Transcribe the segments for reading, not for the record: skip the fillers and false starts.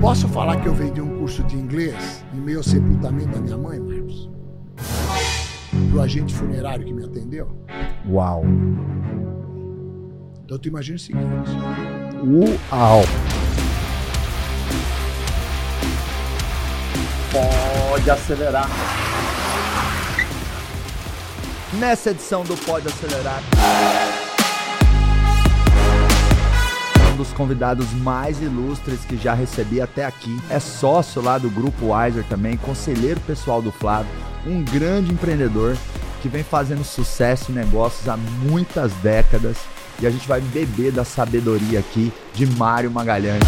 Posso falar que eu vendi um curso de inglês em meio ao sepultamento da minha mãe, Marcos? Pro agente funerário que me atendeu? Uau! Então tu imagina o seguinte. Uau! Pode acelerar. Nessa edição do Pode Acelerar, um dos convidados mais ilustres que já recebi até aqui, é sócio lá do Grupo Wiser também, conselheiro pessoal do Flávio, um grande empreendedor que vem fazendo sucesso em negócios há muitas décadas, e a gente vai beber da sabedoria aqui de Mário Magalhães.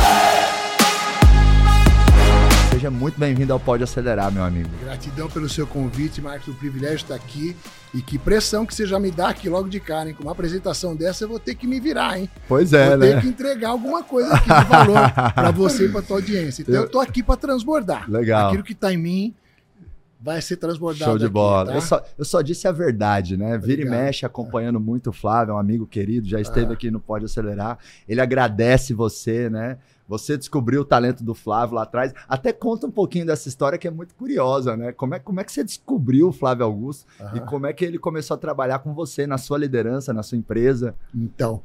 Seja muito bem-vindo ao Pode Acelerar, meu amigo. Gratidão pelo seu convite, Marcos, o privilégio estar aqui. E que pressão que você já me dá aqui logo de cara, hein? Com uma apresentação dessa eu vou ter que me virar, hein? Pois é, vou né? ter que entregar alguma coisa aqui de valor para você e para tua audiência. Então eu tô aqui para transbordar. Legal. Aquilo que tá em mim vai ser transbordado. Show de aqui, bola. tá? Eu só disse a verdade, né? Obrigado. Vira e mexe acompanhando muito o Flávio, é um amigo querido, já esteve aqui no Pode Acelerar. Ele agradece você, né? Você descobriu o talento do Flávio lá atrás. Até conta um pouquinho dessa história que é muito curiosa, né? Como é que você descobriu o Flávio Augusto e como é que ele começou a trabalhar com você na sua liderança, na sua empresa? Então,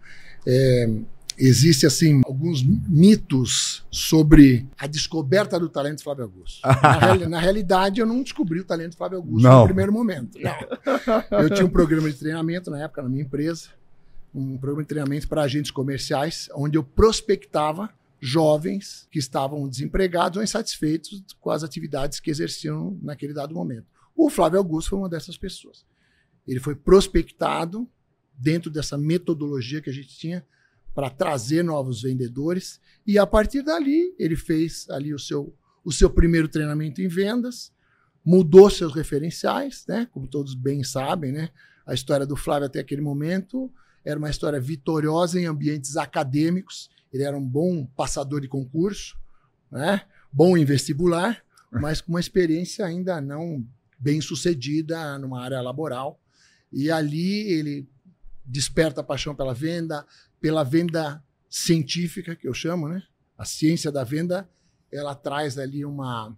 existe assim alguns mitos sobre a descoberta do talento do Flávio Augusto. Na realidade, eu não descobri o talento do Flávio Augusto no primeiro momento. Não. Eu tinha um programa de treinamento na época na minha empresa, um programa de treinamento para agentes comerciais, onde eu prospectava jovens que estavam desempregados ou insatisfeitos com as atividades que exerciam naquele dado momento. O Flávio Augusto foi uma dessas pessoas. Ele foi prospectado dentro dessa metodologia que a gente tinha para trazer novos vendedores e a partir dali ele fez ali o seu primeiro treinamento em vendas, mudou seus referenciais, né? Como todos bem sabem, né? A história do Flávio até aquele momento era uma história vitoriosa em ambientes acadêmicos. Ele era um bom passador de concurso, né? Bom em vestibular, mas com uma experiência ainda não bem sucedida numa área laboral. E ali ele desperta a paixão pela venda científica, que eu chamo, né? A ciência da venda, ela traz ali uma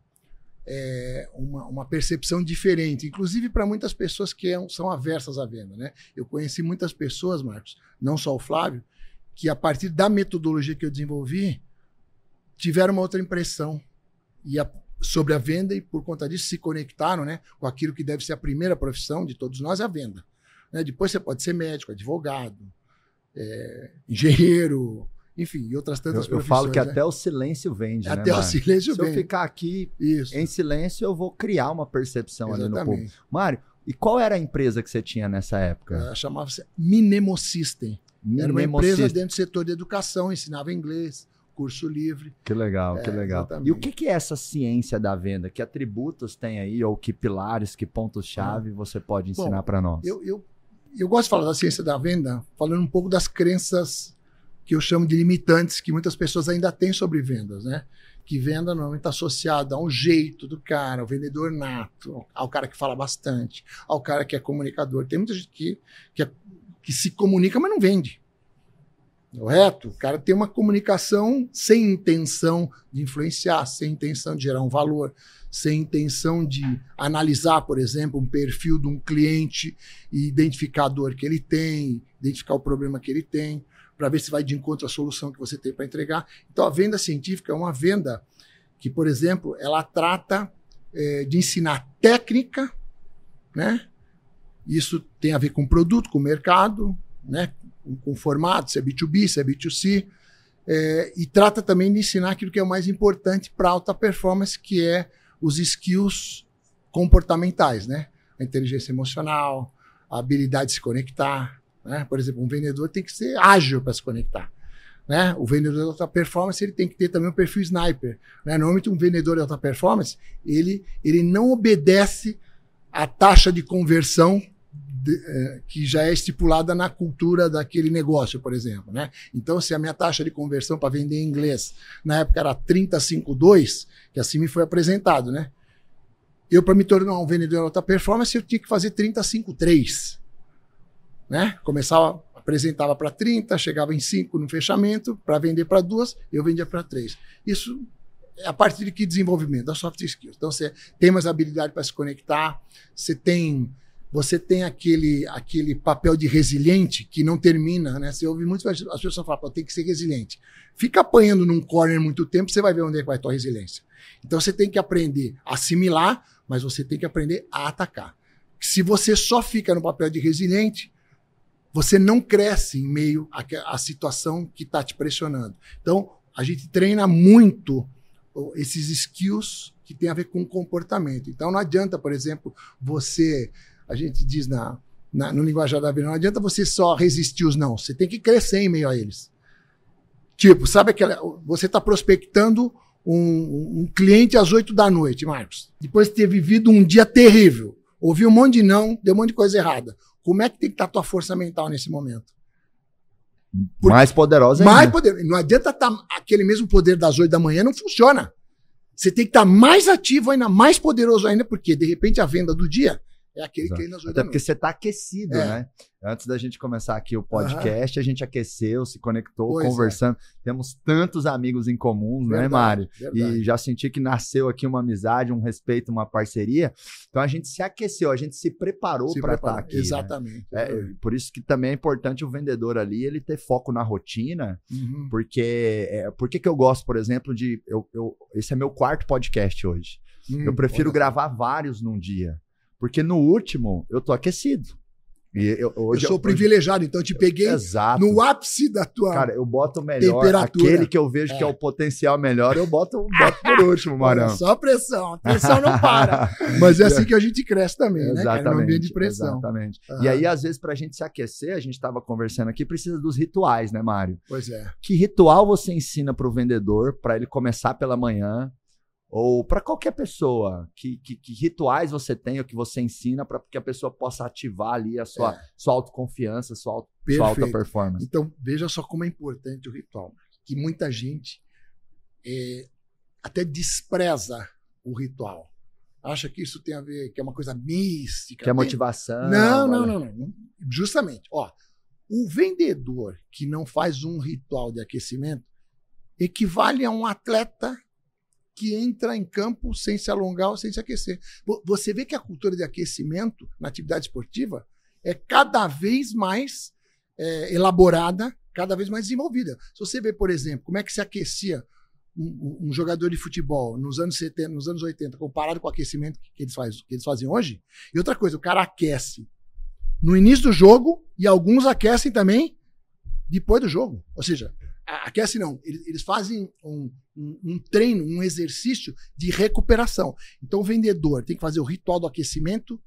percepção diferente, inclusive para muitas pessoas que são aversas à venda, né? Eu conheci muitas pessoas, Marcos, não só o Flávio, que a partir da metodologia que eu desenvolvi, tiveram uma outra impressão sobre a venda e por conta disso se conectaram, né, com aquilo que deve ser a primeira profissão de todos nós, a venda. Né? Depois você pode ser médico, advogado, engenheiro, enfim, e outras tantas profissões. Eu falo que né? Até o silêncio vende, até o silêncio vende. Se eu ficar aqui em silêncio, eu vou criar uma percepção ali no público. Mário, e qual era a empresa que você tinha nessa época? Chamava-se Minemosystem. Era uma empresa dentro do setor de educação, ensinava inglês, curso livre. Que legal, que legal. Exatamente. E o que é essa ciência da venda? Que atributos tem aí, ou que pilares, que pontos-chave você pode ensinar para nós? Eu gosto de falar da ciência da venda, falando um pouco das crenças que eu chamo de limitantes, que muitas pessoas ainda têm sobre vendas, né? Que venda normalmente está associada ao jeito do cara, ao vendedor nato, ao cara que fala bastante, ao cara que é comunicador. Tem muita gente que se comunica, mas não vende. Correto? O cara tem uma comunicação sem intenção de influenciar, sem intenção de gerar um valor, sem intenção de analisar, por exemplo, um perfil de um cliente e identificar a dor que ele tem, identificar o problema que ele tem, para ver se vai de encontro à solução que você tem para entregar. Então, a venda científica é uma venda que, por exemplo, ela trata de ensinar técnica, né? Isso tem a ver com produto, com mercado, né? Com formato, se é B2B, se é B2C, e trata também de ensinar aquilo que é o mais importante para alta performance, que é os skills comportamentais, né? A inteligência emocional, a habilidade de se conectar, né? Por exemplo, um vendedor tem que ser ágil para se conectar, né? O vendedor de alta performance ele tem que ter também um perfil sniper, né? Normalmente um vendedor de alta performance ele não obedece à taxa de conversão que já é estipulada na cultura daquele negócio, por exemplo, né? Então, se a minha taxa de conversão para vender em inglês na época era 30,52, que assim me foi apresentado, né? Eu, para me tornar um vendedor de alta performance, eu tinha que fazer 30,53, né? Começava, apresentava para 30, chegava em 5 no fechamento, para vender para 2, eu vendia para 3. Isso a partir de que desenvolvimento? Das soft skills. Então, você tem mais habilidade para se conectar, você tem aquele papel de resiliente que não termina, né? Você ouve muitas as pessoas falam, tem que ser resiliente. Fica apanhando num corner muito tempo, você vai ver onde é que vai a tua resiliência. Então, você tem que aprender a assimilar, mas você tem que aprender a atacar. Se você só fica no papel de resiliente, você não cresce em meio à situação que está te pressionando. Então, a gente treina muito esses skills que tem a ver com comportamento. Então, não adianta, por exemplo, a gente diz no linguajar da vida, não adianta você só resistir os não. Você tem que crescer em meio a eles. Tipo, sabe você está prospectando um cliente às 8 da noite, Marcos. Depois de ter vivido um dia terrível, ouviu um monte de não, deu um monte de coisa errada. Como é que tem que estar a tua força mental nesse momento? Mais poderosa ainda. Mais poderosa. Não adianta estar aquele mesmo poder das 8 da manhã, não funciona. Você tem que estar mais ativo ainda, mais poderoso ainda, porque de repente a venda do dia é aquele que nas 8 Até da porque noite. você está aquecido, né? Antes da gente começar aqui o podcast, a gente aqueceu, se conectou, conversando. Temos tantos amigos em comum, né, Mário? Verdade. E já senti que nasceu aqui uma amizade, um respeito, uma parceria. Então a gente se aqueceu, a gente se preparou para estar aqui. Exatamente. Né? Por isso que também é importante o vendedor ali, ele ter foco na rotina, porque por que eu gosto, por exemplo, esse é meu 4º podcast hoje. Eu prefiro gravar vários num dia. Porque no último, eu tô aquecido. E eu sou privilegiado, então eu te peguei no ápice da tua Cara, eu boto o melhor, aquele que eu vejo que é o potencial melhor, eu boto por último, Marão. Só a pressão não para. Mas é assim que a gente cresce também, né, cara? No ambiente de pressão. Exatamente. E aí, às vezes, pra gente se aquecer, a gente tava conversando aqui, precisa dos rituais, né, Mário? Pois é. Que ritual você ensina pro vendedor pra ele começar pela manhã? Ou para qualquer pessoa, que rituais você tem ou que você ensina para que a pessoa possa ativar ali a sua autoconfiança, sua alta performance. Então, veja só como é importante o ritual. Que muita gente até despreza o ritual. Acha que isso tem a ver, que é uma coisa mística. Que é motivação. Não. Justamente. O vendedor que não faz um ritual de aquecimento equivale a um atleta que entra em campo sem se alongar ou sem se aquecer. Você vê que a cultura de aquecimento na atividade esportiva é cada vez mais elaborada, cada vez mais desenvolvida. Se você vê, por exemplo, como é que se aquecia um jogador de futebol nos anos 70, nos anos 80, comparado com o aquecimento que eles fazem hoje, e outra coisa, o cara aquece no início do jogo e alguns aquecem também depois do jogo. Ou seja, aquece não, eles fazem um treino, um exercício de recuperação. Então o vendedor tem que fazer o ritual do aquecimento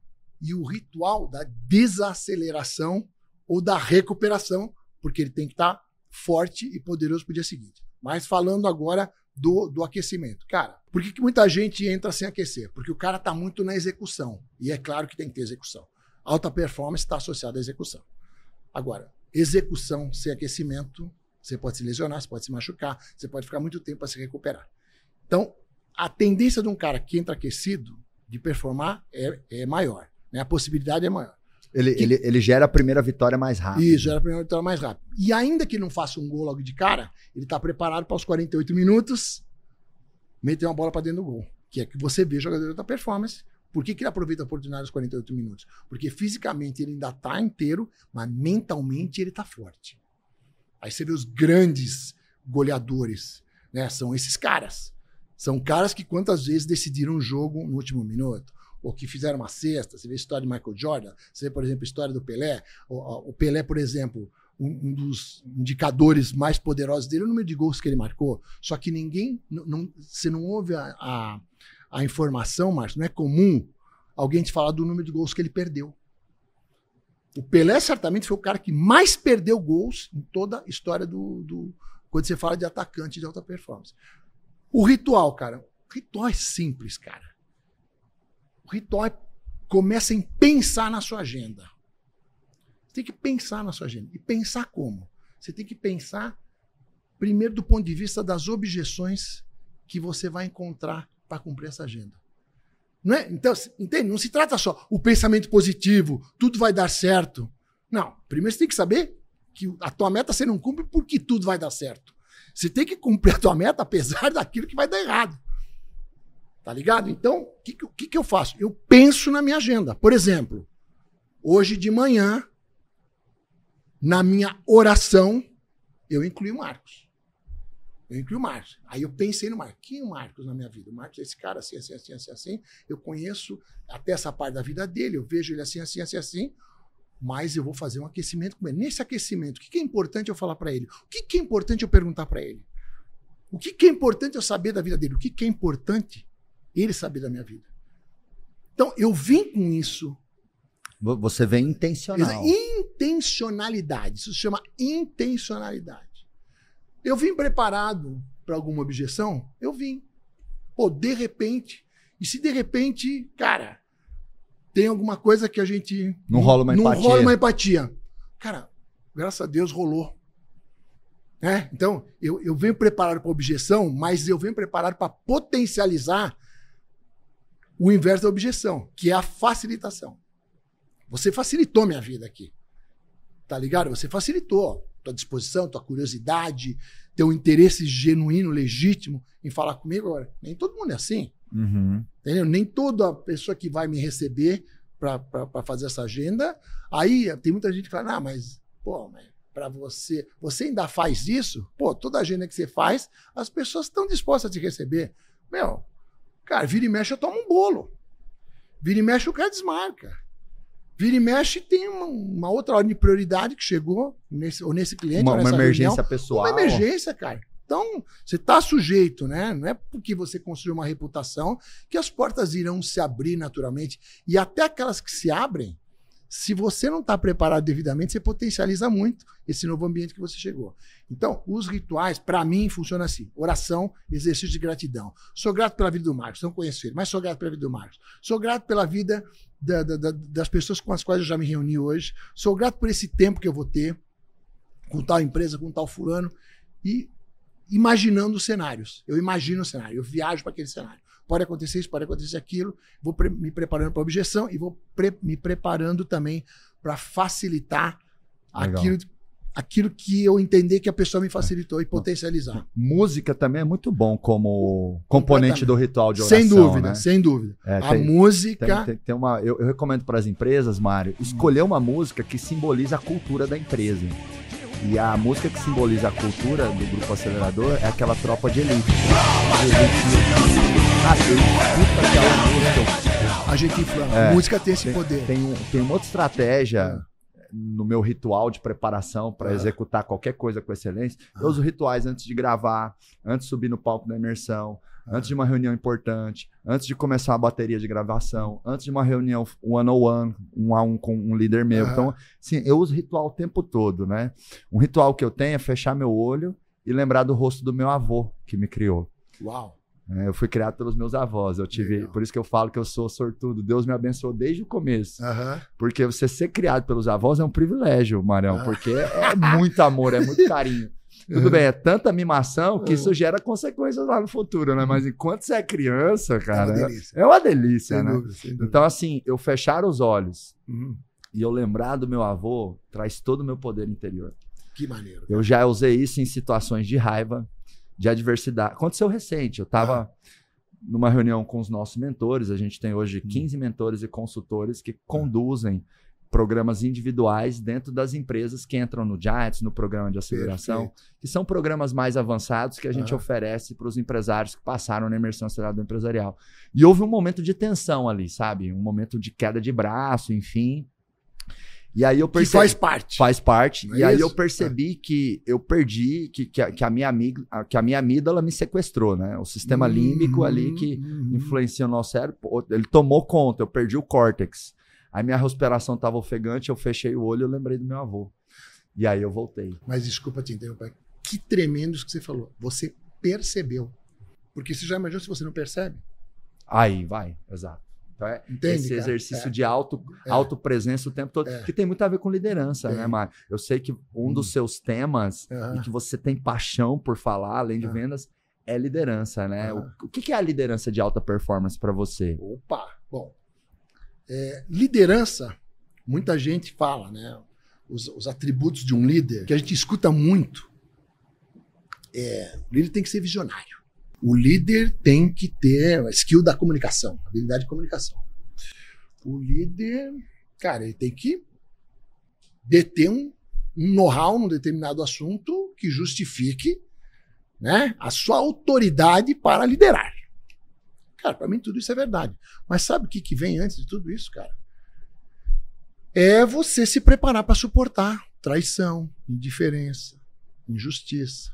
e o ritual da desaceleração ou da recuperação, porque ele tem que estar forte e poderoso para o dia seguinte. Mas falando agora do aquecimento. Cara, por que muita gente entra sem aquecer? Porque o cara está muito na execução. E é claro que tem que ter execução. Alta performance está associada à execução. Agora, execução sem aquecimento, você pode se lesionar, você pode se machucar, você pode ficar muito tempo para se recuperar. Então, a tendência de um cara que entra aquecido de performar é maior, né? A possibilidade é maior. Ele gera a primeira vitória mais rápido. Isso, gera a primeira vitória mais rápido. E ainda que não faça um gol logo de cara, ele está preparado para os 48 minutos meter uma bola para dentro do gol. Que é que você vê o jogador da performance. Por que ele aproveita a oportunidade dos 48 minutos? Porque fisicamente ele ainda está inteiro, mas mentalmente ele está forte. Aí você vê os grandes goleadores, né? São esses caras. São caras que quantas vezes decidiram um jogo no último minuto, ou que fizeram uma cesta. Você vê a história de Michael Jordan, você vê, por exemplo, a história do Pelé. O Pelé, por exemplo, um dos indicadores mais poderosos dele é o número de gols que ele marcou. Só que você não ouve a informação, Márcio, não é comum alguém te falar do número de gols que ele perdeu. O Pelé certamente foi o cara que mais perdeu gols em toda a história quando você fala de atacante de alta performance. O ritual, cara. O ritual é simples, cara. O ritual começa em pensar na sua agenda. Você tem que pensar na sua agenda. E pensar como? Você tem que pensar primeiro do ponto de vista das objeções que você vai encontrar para cumprir essa agenda. Não é? Então, entende? Não se trata só o pensamento positivo, tudo vai dar certo. Não. Primeiro você tem que saber que a tua meta você não cumpre porque tudo vai dar certo. Você tem que cumprir a tua meta apesar daquilo que vai dar errado. Tá ligado? Então, o que eu faço? Eu penso na minha agenda. Por exemplo, hoje de manhã, na minha oração, eu incluí o Marcos. Aí eu pensei no Marcos. Quem é o Marcos na minha vida? O Marcos é esse cara assim, assim, assim, assim, assim. Eu conheço até essa parte da vida dele, eu vejo ele assim, assim, assim, assim. Mas eu vou fazer um aquecimento com ele. Nesse aquecimento, o que é importante eu falar para ele? O que é importante eu perguntar para ele? O que é importante eu saber da vida dele? O que é importante ele saber da minha vida? Então, eu vim com isso. Você vem intencional. Intencionalidade. Isso se chama intencionalidade. Eu vim preparado para alguma objeção? Eu vim. Pô, de repente. E se de repente, cara, tem alguma coisa que a gente... Não rola uma empatia. Cara, graças a Deus rolou. Então, eu venho preparado para objeção, mas eu venho preparado para potencializar o inverso da objeção, que é a facilitação. Você facilitou minha vida aqui. Tá ligado? Você facilitou tua disposição, tua curiosidade, teu interesse genuíno, legítimo em falar comigo. Agora, nem todo mundo é assim. Uhum. Entendeu? Nem toda pessoa que vai me receber para fazer essa agenda. Aí tem muita gente que fala, mas para você ainda faz isso? Pô, toda agenda que você faz, as pessoas estão dispostas a te receber. Cara, vira e mexe eu tomo um bolo. Vira e mexe o cara desmarca. Vira e mexe tem uma outra ordem de prioridade que chegou nesse cliente. Uma emergência reunião, pessoal. Uma emergência, cara. Então, você está sujeito, né? Não é porque você construiu uma reputação que as portas irão se abrir naturalmente. E até aquelas que se abrem, se você não está preparado devidamente, você potencializa muito esse novo ambiente que você chegou. Então, os rituais, para mim, funcionam assim. Oração, exercício de gratidão. Sou grato pela vida do Marcos, não conheço ele, mas sou grato pela vida do Marcos. Sou grato pela vida das pessoas com as quais eu já me reuni hoje. Sou grato por esse tempo que eu vou ter com tal empresa, com tal fulano. E imaginando cenários. Eu imagino o cenário, eu viajo para aquele cenário. Pode acontecer isso, pode acontecer aquilo. Vou me preparando para a objeção e vou me preparando também para facilitar aquilo que eu entender que a pessoa me facilitou e potencializar. Música também é muito bom como componente do ritual de oração. Sem dúvida, né? Sem dúvida. Música... Tem uma, eu recomendo para as empresas, Mário, escolher uma música que simboliza a cultura da empresa. E a música que simboliza a cultura do Grupo Acelerador é aquela Tropa de Elite. A gente inflama. A música tem esse poder. Tem uma outra estratégia no meu ritual de preparação para executar qualquer coisa com excelência. Eu uso rituais antes de gravar, antes de subir no palco da imersão, antes de uma reunião importante, antes de começar a bateria de gravação, antes de uma reunião one-on-one, um a um com um líder meu. Então, assim, eu uso ritual o tempo todo, né? Um ritual que eu tenho é fechar meu olho e lembrar do rosto do meu avô que me criou. Uau! Eu fui criado pelos meus avós. Por isso que eu falo que eu sou sortudo. Deus me abençoou desde o começo. Porque você ser criado pelos avós é um privilégio, Marião, porque é muito amor, é muito carinho. Tudo bem, é tanta mimação que isso gera consequências lá no futuro, né? Mas enquanto você é criança, cara, é uma delícia, né? Sem dúvida. Então, assim, eu fechar os olhos e eu lembrar do meu avô traz todo o meu poder interior. Que maneiro. Eu já usei isso em situações de raiva, de adversidade. Aconteceu recente, eu estava numa reunião com os nossos mentores, a gente tem hoje 15 mentores e consultores que conduzem programas individuais dentro das empresas que entram no Giants, no programa de aceleração, que são programas mais avançados que a gente oferece para os empresários que passaram na imersão acelerada empresarial. E houve um momento de tensão ali, sabe? Um momento de queda de braço, enfim. E aí eu percebi... Que faz parte. Faz parte. Não e é aí isso? eu percebi que eu perdi, que a minha amígdala me sequestrou, né? O sistema límbico ali que influencia o nosso cérebro, ele tomou conta, eu perdi o córtex. Aí minha respiração estava ofegante, eu fechei o olho e eu lembrei do meu avô. E aí eu voltei. Mas desculpa te interromper. Que tremendo isso que você falou. Você percebeu. Porque você já imaginou se você não percebe? Aí, vai. Exato. Então Entende, esse cara? exercício de autopresença o tempo todo, que tem muito a ver com liderança, né, Mário? Eu sei que um dos seus temas, e que você tem paixão por falar, além de vendas, é liderança, né? O que é a liderança de alta performance para você? Opa! Bom, liderança, muita gente fala, né? Os atributos de um líder, que a gente escuta muito, O líder tem que ser visionário. O líder tem que ter a skill da comunicação, habilidade de comunicação. O líder, cara, ele tem que deter um know-how num determinado assunto que justifique, né, a sua autoridade para liderar. Cara, para mim tudo isso é verdade. Mas sabe o que vem antes de tudo isso, cara? É você se preparar para suportar traição, indiferença, injustiça.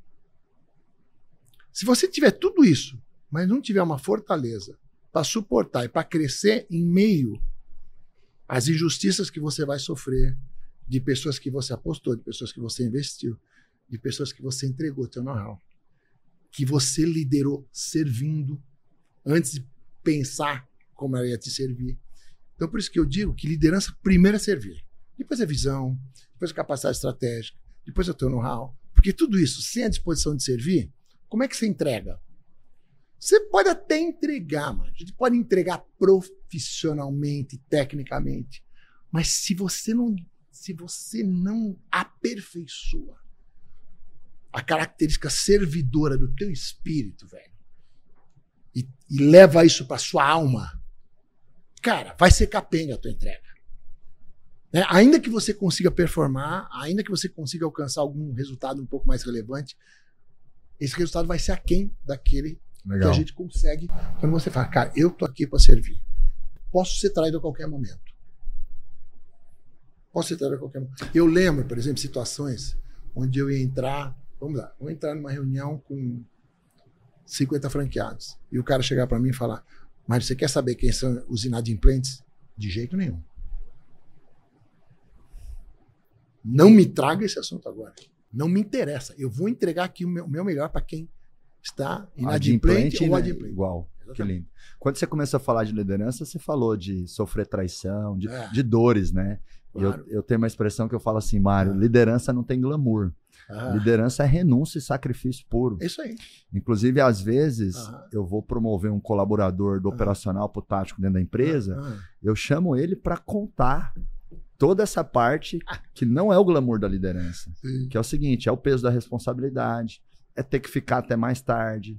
Se você tiver tudo isso, mas não tiver uma fortaleza para suportar e para crescer em meio às injustiças que você vai sofrer, de pessoas que você apostou, de pessoas que você investiu, de pessoas que você entregou teu know-how, que você liderou servindo antes de pensar como ela ia te servir. Então, por isso que eu digo que liderança primeiro é servir. Depois é visão, depois é capacidade estratégica, depois é o teu know-how. Porque tudo isso, sem a disposição de servir, como é que você entrega? Você pode até entregar, mano. A gente pode entregar profissionalmente, tecnicamente. Mas se você não aperfeiçoa a característica servidora do teu espírito, velho, e leva isso para sua alma, cara, vai ser capenga a tua entrega. Né? Ainda que você consiga performar, ainda que você consiga alcançar algum resultado um pouco mais relevante, esse resultado vai ser aquém daquele que a gente consegue quando você fala, cara, eu tô aqui para servir. Posso ser traído a qualquer momento. Posso ser traído a qualquer momento. Eu lembro, por exemplo, situações onde eu ia entrar, vamos lá, vou entrar numa reunião com 50 franqueados e o cara chegar para mim e falar, mas você quer saber quem são os inadimplentes? De jeito nenhum. Não me traga esse assunto agora. Não me interessa. Eu vou entregar aqui o meu melhor para quem está inadimplente ou adimplente. Igual. Exatamente. Que lindo. Quando você começou a falar de liderança, você falou de sofrer traição, de dores, né? Claro. Eu tenho uma expressão que eu falo assim, Mário, liderança não tem glamour. Liderança é renúncia e sacrifício puro. Isso aí. Inclusive, às vezes, eu vou promover um colaborador do operacional para o tático dentro da empresa, eu chamo ele para contar toda essa parte que não é o glamour da liderança. Sim. Que é o seguinte, é o peso da responsabilidade, é ter que ficar até mais tarde,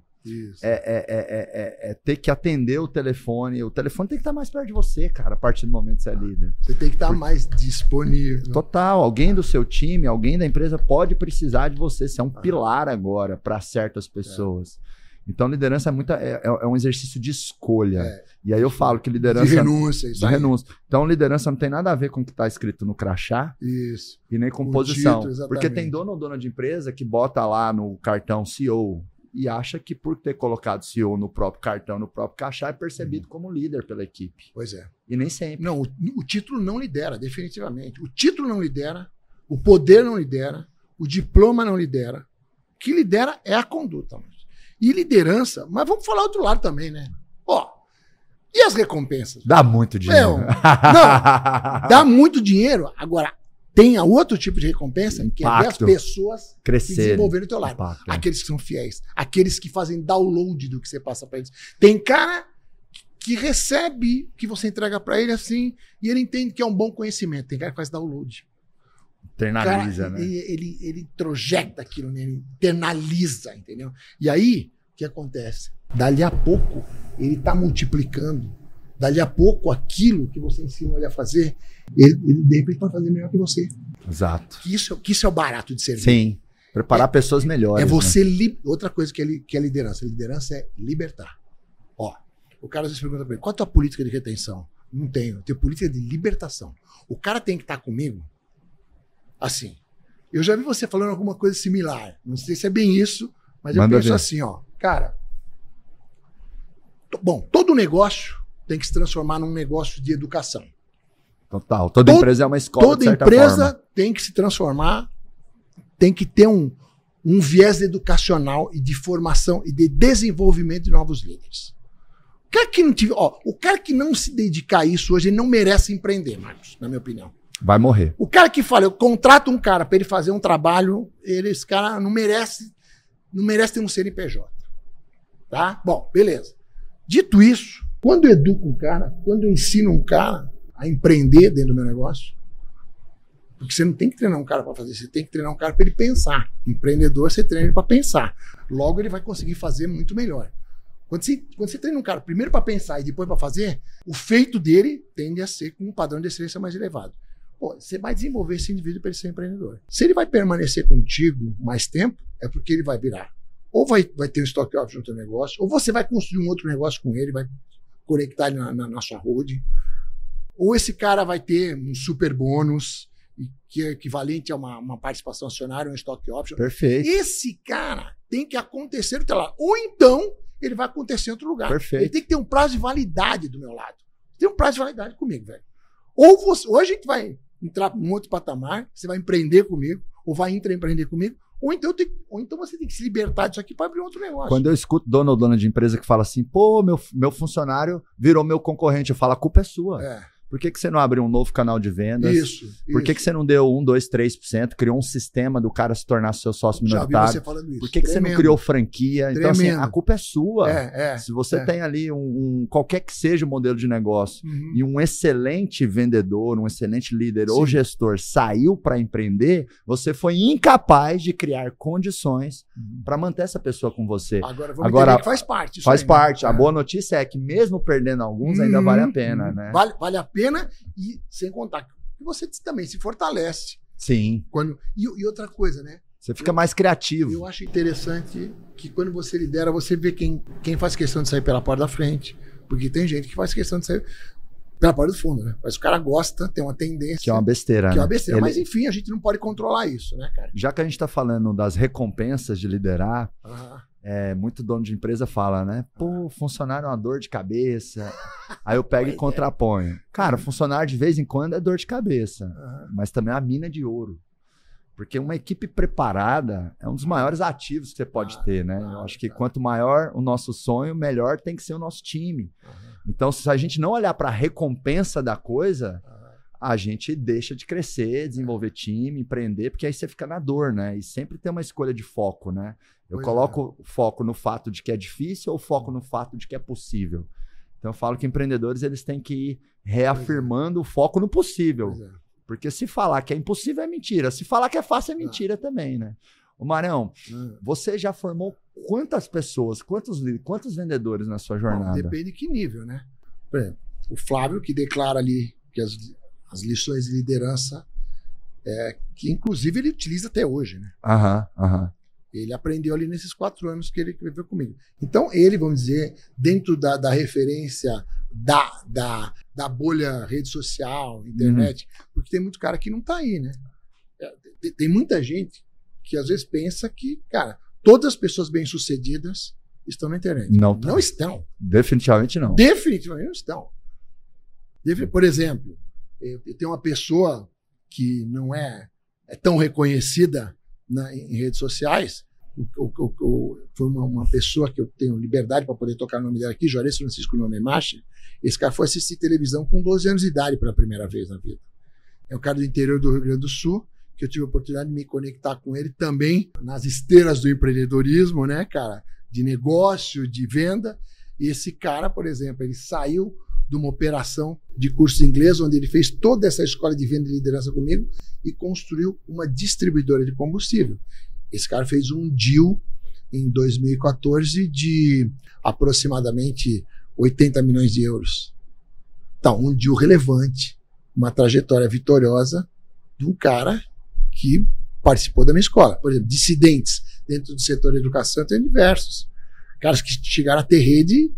é ter que atender o telefone tem que estar mais perto de você, cara, a partir do momento que você é líder. Você tem que estar mais disponível. Total, alguém do seu time, alguém da empresa pode precisar de você, você é um pilar agora para certas pessoas. Então, liderança é um exercício de escolha. E aí eu falo que liderança... De renúncia, isso aí. Renúncia. Então, liderança não tem nada a ver com o que está escrito no crachá. Isso. E nem com o posição. Título, porque tem dono ou dona de empresa que bota lá no cartão CEO e acha que por ter colocado CEO no próprio cartão, no próprio crachá, é percebido como líder pela equipe. Pois é. E nem sempre. Não, o título não lidera, definitivamente. O título não lidera, o poder não lidera, o diploma não lidera. O que lidera é a conduta, mano. E liderança, mas vamos falar outro lado também, né? Ó, e as recompensas? Dá muito dinheiro. Não, dá muito dinheiro. Agora, tem outro tipo de recompensa, Impacto. que é ver as pessoas crescerem, se desenvolverem do teu lado. Impacto. Aqueles que são fiéis, aqueles que fazem download do que você passa para eles. Tem cara que recebe o que você entrega para ele assim, e ele entende que é um bom conhecimento. Tem cara que faz download. Internaliza, cara, né? Ele introjeta aquilo nele, internaliza, entendeu? E aí, o que acontece? Dali a pouco, ele está multiplicando. Dali a pouco, aquilo que você ensina ele a fazer, ele de repente pode fazer melhor que você. Exato. Que isso é o barato de servir. Sim. Preparar pessoas melhores. É você... Né? Outra coisa que é liderança. Liderança é libertar. Ó, o cara às vezes pergunta para mim, qual é a tua política de retenção? Não tenho. Eu tenho política de libertação. O cara tem que estar comigo assim. Eu já vi você falando alguma coisa similar. Não sei se é bem isso, mas eu penso assim, ó. Cara, bom, todo negócio tem que se transformar num negócio de educação. Total. Toda empresa é uma escola, toda de certa empresa forma. Tem que se transformar, tem que ter um viés educacional e de formação e de desenvolvimento de novos líderes. O cara que não se dedicar a isso hoje, ele não merece empreender, Marcos, na minha opinião. Vai morrer. O cara que fala, eu contrato um cara para ele fazer um trabalho, esse cara não merece ter um CNPJ. Tá? Bom, beleza. Dito isso, quando eu educo um cara, quando eu ensino um cara a empreender dentro do meu negócio, Porque você não tem que treinar um cara para fazer, você tem que treinar um cara para ele pensar. Empreendedor, você treina ele para pensar. Logo, ele vai conseguir fazer muito melhor. Quando você treina um cara primeiro para pensar e depois para fazer, o feito dele tende a ser com um padrão de excelência mais elevado. Pô, você vai desenvolver esse indivíduo para ele ser empreendedor. Se ele vai permanecer contigo mais tempo, é porque ele vai virar. Ou vai ter um stock option no teu negócio, ou você vai construir um outro negócio com ele, vai conectar ele na sua holding. Ou esse cara vai ter um super bônus, que é equivalente a uma participação acionária, um stock option. Perfeito. Esse cara tem que acontecer do teu lado. Ou então, ele vai acontecer em outro lugar. Perfeito. Ele tem que ter um prazo de validade do meu lado. Tem um prazo de validade comigo, velho. Ou a gente vai entrar num outro patamar, você vai empreender comigo, ou vai intraempreender comigo, ou então você tem que se libertar disso aqui para abrir outro negócio. Quando eu escuto dono ou dona de empresa que fala assim, pô, meu funcionário virou meu concorrente, eu falo, a culpa é sua. Por que você não abriu um novo canal de vendas? Por que você não deu 1, 2, 3%? Criou um sistema do cara se tornar seu sócio minoritário? Já vi você falando isso. Por que você não criou franquia? Então, assim, a culpa é sua. Se você tem ali qualquer que seja o modelo de negócio e um excelente vendedor, um excelente líder ou gestor saiu para empreender, você foi incapaz de criar condições para manter essa pessoa com você. Agora que faz parte. Faz parte. A boa notícia é que mesmo perdendo alguns, ainda vale a pena, né? Vale a pena e sem contar que você também se fortalece. Sim. E outra coisa, né? Você fica mais criativo. Eu acho interessante que quando você lidera, você vê quem faz questão de sair pela porta da frente. Porque tem gente que faz questão de sair pela porta do fundo, né? Mas o cara gosta, tem uma tendência. Que é uma besteira, Que é uma besteira. Mas enfim, a gente não pode controlar isso, né, cara? Já que a gente tá falando das recompensas de liderar, muito dono de empresa fala, né? Pô, funcionário é uma dor de cabeça. Aí eu pego e contraponho. Cara, funcionário de vez em quando é dor de cabeça. Mas também é a mina de ouro. Porque uma equipe preparada é um dos maiores ativos que você pode ter, né? Eu acho que quanto maior o nosso sonho, melhor tem que ser o nosso time. Então, se a gente não olhar para a recompensa da coisa, a gente deixa de crescer, desenvolver time, empreender, porque aí você fica na dor, né? E sempre tem uma escolha de foco, né? Eu coloco foco no fato de que é difícil ou foco no fato de que é possível. Então, eu falo que empreendedores eles têm que ir reafirmando o foco no possível. Porque se falar que é impossível é mentira. Se falar que é fácil é mentira também, né? Ô Marão, você já formou quantas pessoas, quantos vendedores na sua jornada? Depende de que nível, né? Por exemplo, o Flávio, que declara ali que as lições de liderança, que inclusive ele utiliza até hoje, né? Ele aprendeu ali nesses 4 anos que ele viveu comigo. Então, ele, vamos dizer, dentro da referência da bolha rede social, internet, porque tem muito cara que não tá aí, né? Tem muita gente que às vezes pensa que, cara, todas as pessoas bem-sucedidas estão na internet. Não estão. Definitivamente não. Definitivamente não estão. Por exemplo, eu tenho uma pessoa que não é tão reconhecida em redes sociais. Foi uma pessoa que eu tenho liberdade para poder tocar o nome dela aqui, Juarez Francisco Nonemacha. Esse cara foi assistir televisão com 12 anos de idade pela primeira vez na vida. É um cara do interior do Rio Grande do Sul, que eu tive a oportunidade de me conectar com ele também nas esteiras do empreendedorismo, né, cara? De negócio, de venda. E esse cara, por exemplo, ele saiu de uma operação de curso de inglês, onde ele fez toda essa escola de venda e liderança comigo e construiu uma distribuidora de combustível. Esse cara fez um deal em 2014 de aproximadamente 80 milhões de euros. Então, um deal relevante, uma trajetória vitoriosa de um cara que participou da minha escola. Por exemplo, dissidentes dentro do setor de educação tem diversos. Caras que chegaram a ter rede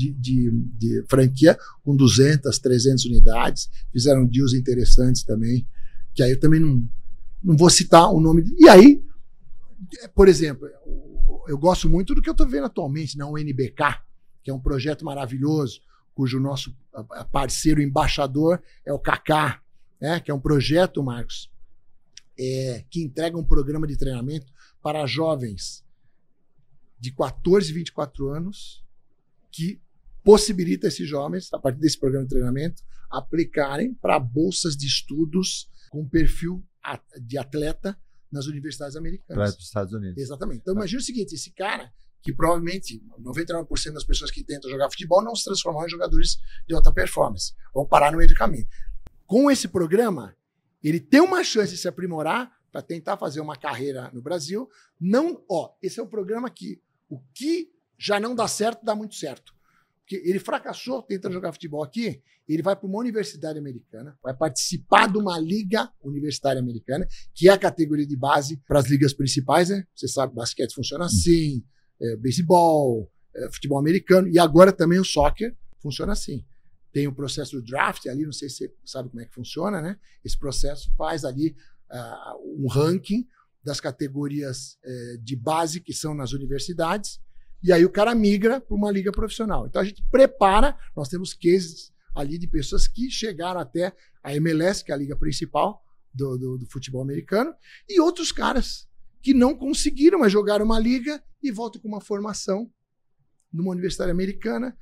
de franquia com 200, 300 unidades, fizeram deals interessantes também, que aí eu também não vou citar o nome. E aí, por exemplo, eu gosto muito do que eu estou vendo atualmente na UNBK, que é um projeto maravilhoso, cujo nosso parceiro embaixador é o Kaká, né? Que é um projeto, Marcos, que entrega um programa de treinamento para jovens de 14 e 24 anos, que possibilita esses jovens, a partir desse programa de treinamento, aplicarem para bolsas de estudos com perfil de atleta nas universidades americanas. Para os Estados Unidos. Exatamente. Então, imagina o seguinte, esse cara, que provavelmente 99% das pessoas que tentam jogar futebol não se transformam em jogadores de alta performance, vão parar no meio do caminho. Com esse programa, Ele tem uma chance de se aprimorar para tentar fazer uma carreira no Brasil. Não, esse é o programa que o que já não dá certo, dá muito certo. Porque ele fracassou tentando jogar futebol aqui, ele vai para uma universidade americana, vai participar de uma liga universitária americana, que é a categoria de base para as ligas principais, né? Você sabe, basquete funciona assim, beisebol, futebol americano, e agora também o soccer funciona assim. Tem o processo do draft ali, não sei se você sabe como é que funciona, né? Esse processo faz ali um ranking das categorias de base que são nas universidades, e aí o cara migra para uma liga profissional. Então a gente prepara, nós temos cases ali de pessoas que chegaram até a MLS, que é a liga principal do futebol americano, e outros caras que não conseguiram, mas jogaram uma liga e voltam com uma formação numa universidade americana,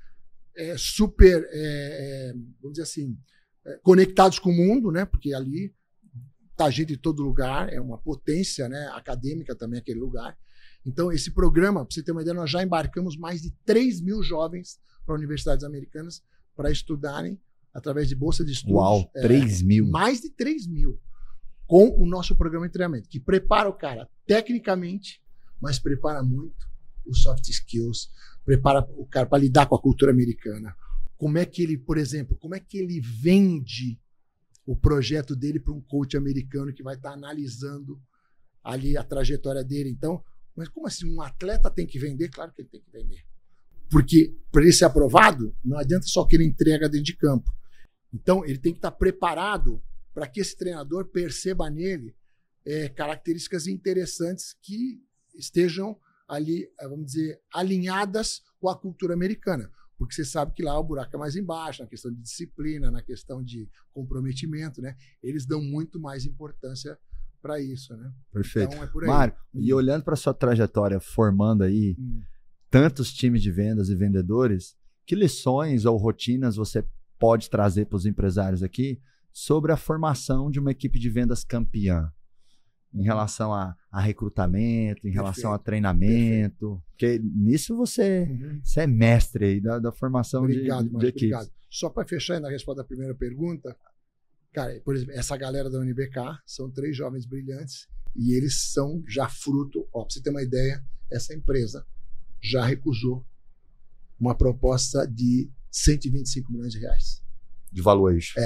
super, vamos dizer assim, conectados com o mundo, né? Porque ali está gente de todo lugar, é uma potência, né, acadêmica também aquele lugar. Então, esse programa, para você ter uma ideia, nós já embarcamos mais de 3 mil jovens para universidades americanas para estudarem através de bolsa de estudos. Uau, 3 mil. Mais de 3 mil. Com o nosso programa de treinamento, que prepara o cara tecnicamente, mas prepara muito os soft skills, prepara o cara para lidar com a cultura americana. Como é que ele, por exemplo, como é que ele vende o projeto dele para um coach americano que vai estar analisando ali a trajetória dele. Então, mas como assim? Um atleta tem que vender? Claro que ele tem que vender. Porque para ele ser aprovado, não adianta só que ele entrega dentro de campo. Então, ele tem que estar preparado para que esse treinador perceba nele características interessantes que estejam ali, vamos dizer, alinhadas com a cultura americana. Porque você sabe que lá o buraco é mais embaixo, na questão de disciplina, na questão de comprometimento, né? Eles dão muito mais importância para isso, né? Perfeito. Então, é por aí. Mário, e olhando para sua trajetória formando aí tantos times de vendas e vendedores, que lições ou rotinas você pode trazer para os empresários aqui sobre a formação de uma equipe de vendas campeã? Em relação a recrutamento, em relação a treinamento. Porque nisso você é mestre aí da formação de equipes. Obrigado. Só para fechar na resposta da primeira pergunta, cara, por exemplo, essa galera da UNBK são 3 jovens brilhantes e eles são já fruto, para você ter uma ideia, essa empresa já recusou uma proposta de 125 milhões de reais. De valuation.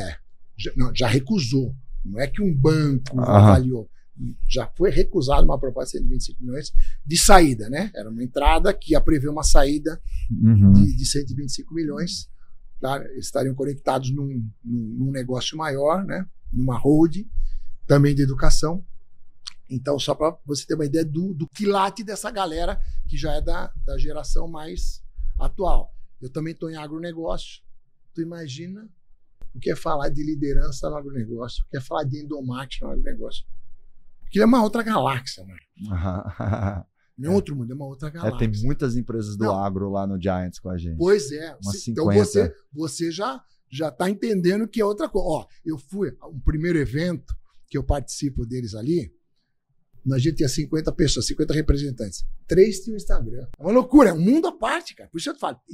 Já recusou. Não é que um banco avaliou. Já foi recusado uma proposta de 125 milhões de saída, né? Era uma entrada que ia prever uma saída de 125 milhões. Claro, eles estariam conectados num negócio maior, né? Numa holding, também de educação. Então, só para você ter uma ideia do quilate dessa galera que já é da geração mais atual. Eu também estou em agronegócio. Tu imagina o que é falar de liderança no agronegócio, o que é falar de endomarketing no agronegócio. Aquilo é uma outra galáxia, mano. Não é outro mundo, é uma outra galáxia. Tem muitas empresas do agro lá no Giants com a gente. Pois é. Então você já está entendendo que é outra coisa. Eu fui a um primeiro evento que eu participo deles ali, a gente tinha 50 pessoas, 50 representantes. 3 tinham Instagram. É uma loucura, é um mundo à parte, cara. Por isso eu te falo,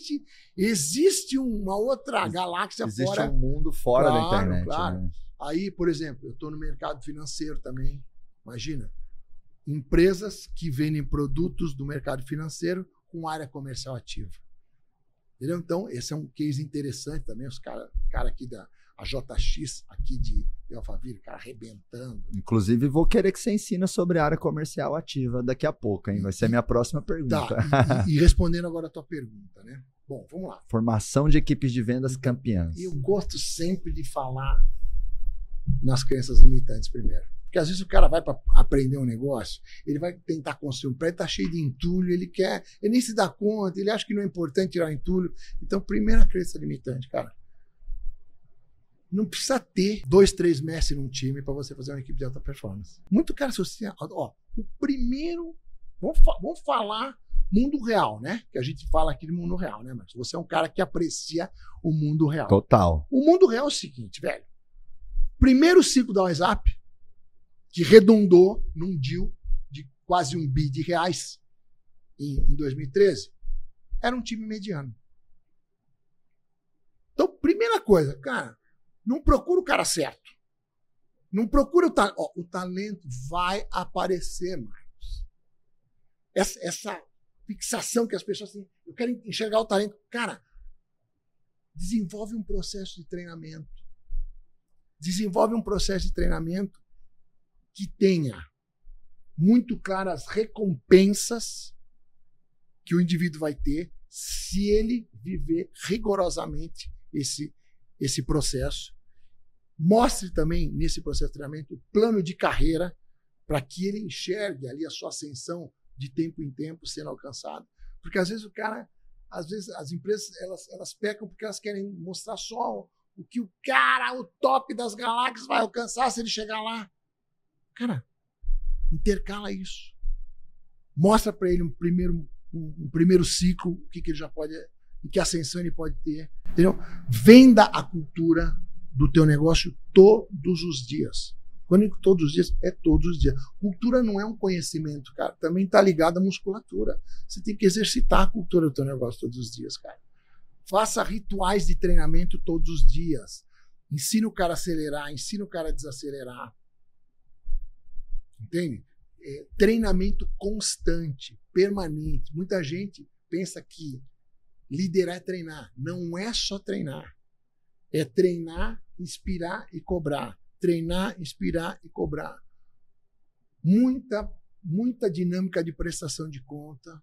existe uma outra galáxia fora. Existe um mundo fora da internet. Claro. Né? Aí, por exemplo, eu estou no mercado financeiro também. Imagina, empresas que vendem produtos do mercado financeiro com área comercial ativa. Entendeu? Então, esse é um case interessante também. Os cara aqui da JX, aqui de Alphaville, cara arrebentando. Inclusive, vou querer que você ensina sobre a área comercial ativa daqui a pouco, hein? Vai ser a minha próxima pergunta. Tá, e respondendo agora a tua pergunta, né? Bom, vamos lá. Formação de equipes de vendas campeãs. Eu gosto sempre de falar nas crenças limitantes primeiro. Porque às vezes o cara vai para aprender um negócio, ele vai tentar construir um prédio, tá cheio de entulho, ele nem se dá conta, ele acha que não é importante tirar o entulho. Então, primeira crença limitante, cara. Não precisa ter 2, 3 mestres num time para você fazer uma equipe de alta performance. Muito cara social. O primeiro, vamos falar mundo real, né? Que a gente fala aqui de mundo real, né, Marcos? Você é um cara que aprecia o mundo real. Total. O mundo real é o seguinte, velho. Primeiro ciclo da WhatsApp, que redundou num deal de quase R$1 bi em 2013, era um time mediano. Então, primeira coisa, cara, não procura o cara certo. Não procura o talento. O talento vai aparecer, Marcos. Essa fixação que as pessoas têm. Eu quero enxergar o talento. Cara, desenvolve um processo de treinamento. Desenvolve um processo de treinamento que tenha muito claras recompensas que o indivíduo vai ter se ele viver rigorosamente esse processo. Mostre também, nesse processo de treinamento, o plano de carreira para que ele enxergue ali a sua ascensão de tempo em tempo sendo alcançado. Porque às vezes as empresas, elas pecam porque elas querem mostrar só o que o top das galáxias vai alcançar se ele chegar lá. Cara, intercala isso. Mostra para ele um primeiro ciclo, o que ele já pode, em que ascensão ele pode ter. Entendeu? Venda a cultura do teu negócio todos os dias. Quando eu digo todos os dias, é todos os dias. Cultura não é um conhecimento, cara. Também está ligado à musculatura. Você tem que exercitar a cultura do teu negócio todos os dias, cara. Faça rituais de treinamento todos os dias. Ensina o cara a acelerar, ensina o cara a desacelerar. Entende? Treinamento constante, permanente. Muita gente pensa que liderar é treinar. Não é só treinar. É treinar, inspirar e cobrar. Treinar, inspirar e cobrar. Muita dinâmica de prestação de conta.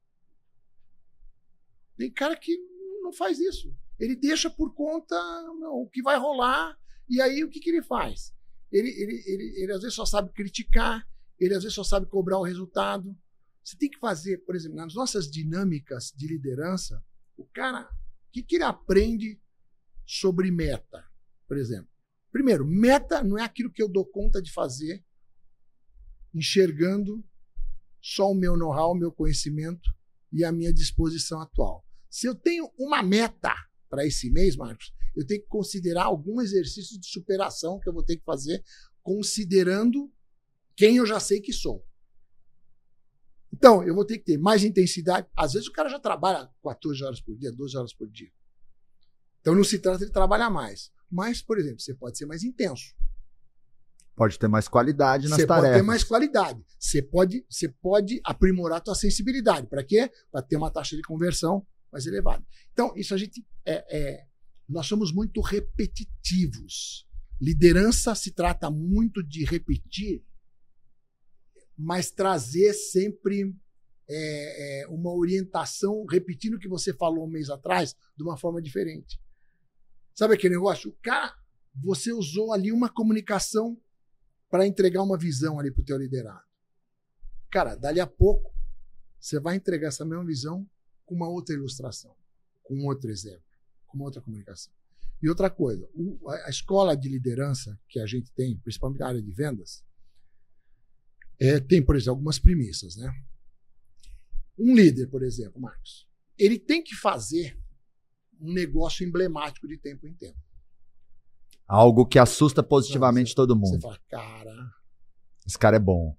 Tem cara que não faz isso. Ele deixa por conta o que vai rolar. E aí o que ele faz? Ele às vezes só sabe criticar. Ele às vezes só sabe cobrar o resultado. Você tem que fazer, por exemplo, nas nossas dinâmicas de liderança, o cara, o que ele aprende sobre meta, por exemplo? Primeiro, meta não é aquilo que eu dou conta de fazer enxergando só o meu know-how, o meu conhecimento e a minha disposição atual. Se eu tenho uma meta para esse mês, Marcos, eu tenho que considerar algum exercício de superação que eu vou ter que fazer considerando quem eu já sei que sou. Então, eu vou ter que ter mais intensidade. Às vezes o cara já trabalha 14 horas por dia, 12 horas por dia. Então não se trata de trabalhar mais. Mas, por exemplo, você pode ser mais intenso. Pode ter mais qualidade nas tarefas. Você pode ter mais qualidade. Você pode aprimorar a tua sensibilidade. Para quê? Para ter uma taxa de conversão mais elevada. Então, isso a gente... nós somos muito repetitivos. Liderança se trata muito de repetir, mas trazer sempre uma orientação, repetindo o que você falou um mês atrás, de uma forma diferente. Sabe aquele negócio? O cara, você usou ali uma comunicação para entregar uma visão ali para o teu liderado. Cara, dali a pouco, você vai entregar essa mesma visão com uma outra ilustração, com outro exemplo, com uma outra comunicação. E outra coisa, a escola de liderança que a gente tem, principalmente na área de vendas, tem, por exemplo, algumas premissas, né? Um líder, por exemplo, Marcos, ele tem que fazer um negócio emblemático de tempo em tempo. Algo que assusta positivamente todo mundo. Você fala, cara... Esse cara é bom.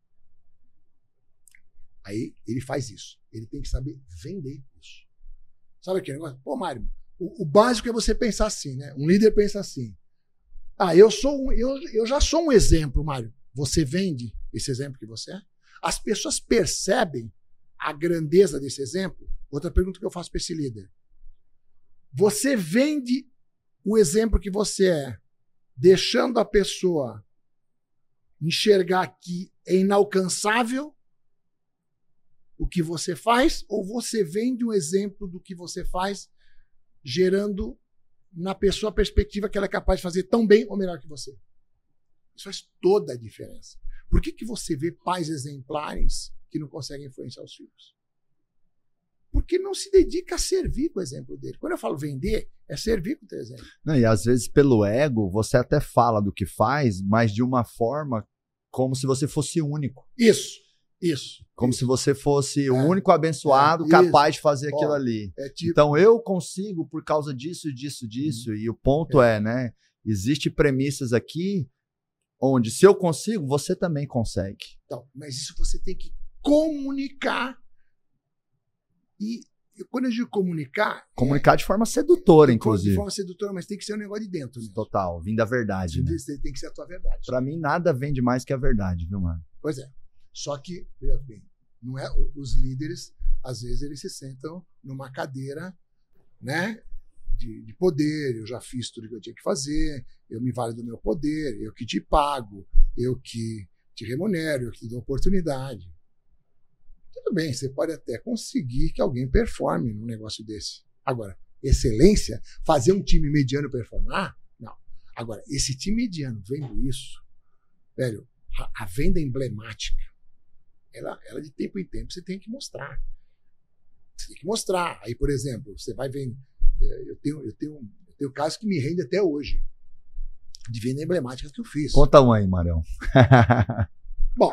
Aí ele faz isso. Ele tem que saber vender isso. Sabe aquele negócio? Pô, Mário, o básico é você pensar assim, né? Um líder pensa assim. Eu já sou um exemplo, Mário. Você vende esse exemplo que você é? As pessoas percebem a grandeza desse exemplo? Outra pergunta que eu faço para esse líder. Você vende o exemplo que você é, deixando a pessoa enxergar que é inalcançável o que você faz, ou você vende um exemplo do que você faz, gerando na pessoa a perspectiva que ela é capaz de fazer tão bem ou melhor que você? Isso faz toda a diferença. Por que você vê pais exemplares que não conseguem influenciar os filhos? Porque não se dedica a servir com o exemplo dele. Quando eu falo vender, é servir com o teu exemplo. Não, e às vezes, pelo ego, você até fala do que faz, mas de uma forma como se você fosse único. Isso. Como se você fosse o único abençoado capaz de fazer aquilo ali. Então, eu consigo por causa disso. E o ponto né? Existem premissas aqui onde, se eu consigo, você também consegue. Então, mas isso você tem que comunicar. E quando eu digo comunicar... Comunicar de forma sedutora, inclusive. De forma sedutora, mas tem que ser um negócio de dentro. Mesmo. Total, vindo da verdade, né? Tem que ser a tua verdade. Pra mim, nada vende mais que a verdade, viu, mano? Pois é. Só que, veja bem, não é, os líderes, às vezes, eles se sentam numa cadeira, né, de poder. Eu já fiz tudo que eu tinha que fazer, eu me valho do meu poder, eu que te pago, eu que te remunero, eu que te dou oportunidade. Tudo bem, você pode até conseguir que alguém performe num negócio desse. Agora, excelência, fazer um time mediano performar? Não. Agora, esse time mediano vendo isso, velho, a venda emblemática, ela de tempo em tempo você tem que mostrar. Você tem que mostrar. Aí, por exemplo, você vai ver. Eu tenho casos que me rendem até hoje, de venda emblemática que eu fiz. Conta um aí, Marão. Bom,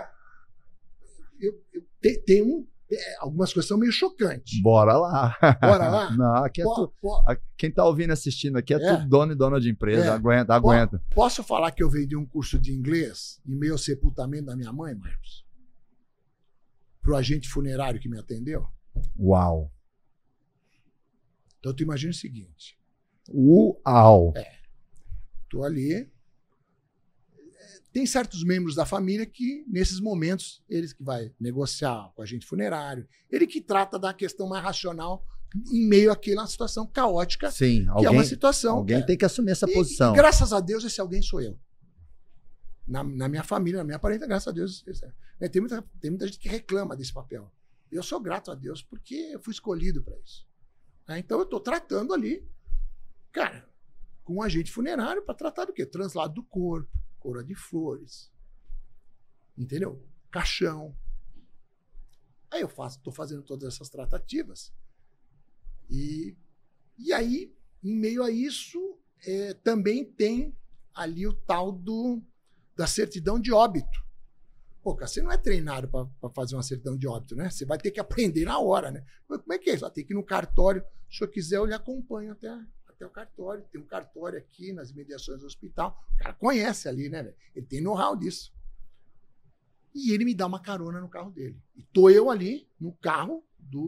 tem algumas coisas são meio chocantes. Bora lá. Bora lá? Não, aqui é quem tá ouvindo, assistindo aqui é tudo dono e dona de empresa. Aguenta. Posso falar que eu vendi um curso de inglês em meio ao sepultamento da minha mãe, Marcos? Pro agente funerário que me atendeu? Uau. Então tu imagina o seguinte. Uau. Tô ali. Tem certos membros da família que, nesses momentos, eles que vai negociar com o agente funerário, ele que trata da questão mais racional em meio àquela situação caótica. Sim, que é uma situação. Alguém tem que assumir essa posição. E, graças a Deus, esse alguém sou eu. Na minha família, na minha parenta, graças a Deus. Tem muita gente que reclama desse papel. Eu sou grato a Deus porque eu fui escolhido para isso. Então eu estou tratando ali, cara, com um agente funerário para tratar do quê? Translado do corpo, coroa de flores, entendeu? Caixão. Aí eu estou fazendo todas essas tratativas. E aí, em meio a isso, também tem ali o tal da certidão de óbito. Pô, cara, você não é treinado para fazer uma certidão de óbito, né? Você vai ter que aprender na hora, né? Como é que é isso? Vai ter que ir no cartório. Se eu quiser, eu lhe acompanho até o cartório. Tem um cartório aqui nas imediações do hospital. O cara conhece ali, né, velho? Ele tem know-how disso. E ele me dá uma carona no carro dele. E tô eu ali no carro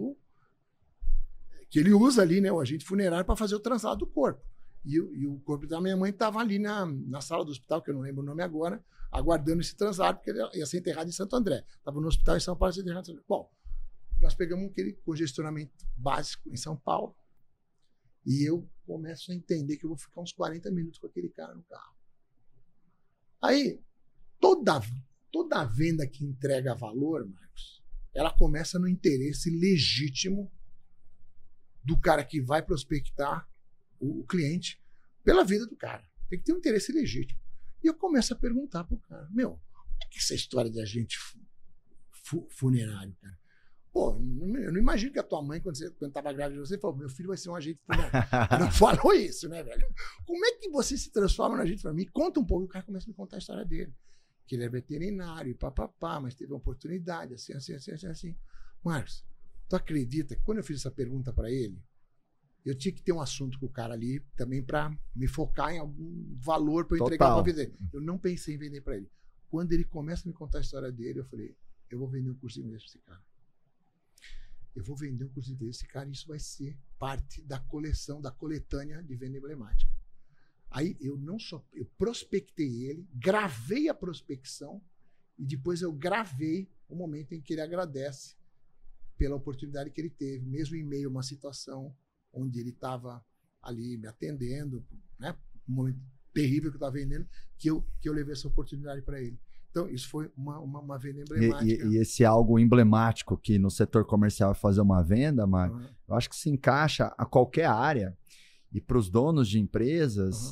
que ele usa ali, né, o agente funerário, para fazer o translado do corpo. E o corpo da minha mãe estava ali na sala do hospital, que eu não lembro o nome agora, aguardando esse translado, porque ele ia ser enterrado em Santo André. Estava no hospital em São Paulo, ia ser enterrado em Santo André. Bom, nós pegamos aquele congestionamento básico em São Paulo e eu começo a entender que eu vou ficar uns 40 minutos com aquele cara no carro. Aí, toda venda que entrega valor, Marcos, ela começa no interesse legítimo do cara que vai prospectar o cliente pela vida do cara. Tem que ter um interesse legítimo. E eu começo a perguntar pro cara, o que é essa história de agente funerário, cara? Pô, eu não imagino que a tua mãe, quando estava grávida de você, falou, meu filho vai ser um agente funerário. Não falou isso, né, velho? Como é que você se transforma no agente funerário? Me conta um pouco. O cara começa a me contar a história dele. Que ele é veterinário, papapá, mas teve uma oportunidade, assim. Marcos, tu acredita que quando eu fiz essa pergunta para ele, eu tinha que ter um assunto com o cara ali também para me focar em algum valor para eu entregar para vender. Eu não pensei em vender para ele. Quando ele começa a me contar a história dele, eu falei, eu vou vender um curso de inglês para esse cara. Eu vou vender um curso de inglês para esse cara e isso vai ser parte da coleção, da coletânea de venda emblemática. Aí eu prospectei ele, gravei a prospecção e depois eu gravei o momento em que ele agradece pela oportunidade que ele teve, mesmo em meio a uma situação onde ele estava ali me atendendo, né? Um momento terrível que eu estava vendendo, que eu levei essa oportunidade para ele. Então, isso foi uma venda emblemática. E esse algo emblemático que no setor comercial é fazer uma venda, Marco, eu acho que se encaixa a qualquer área. E para os donos de empresas,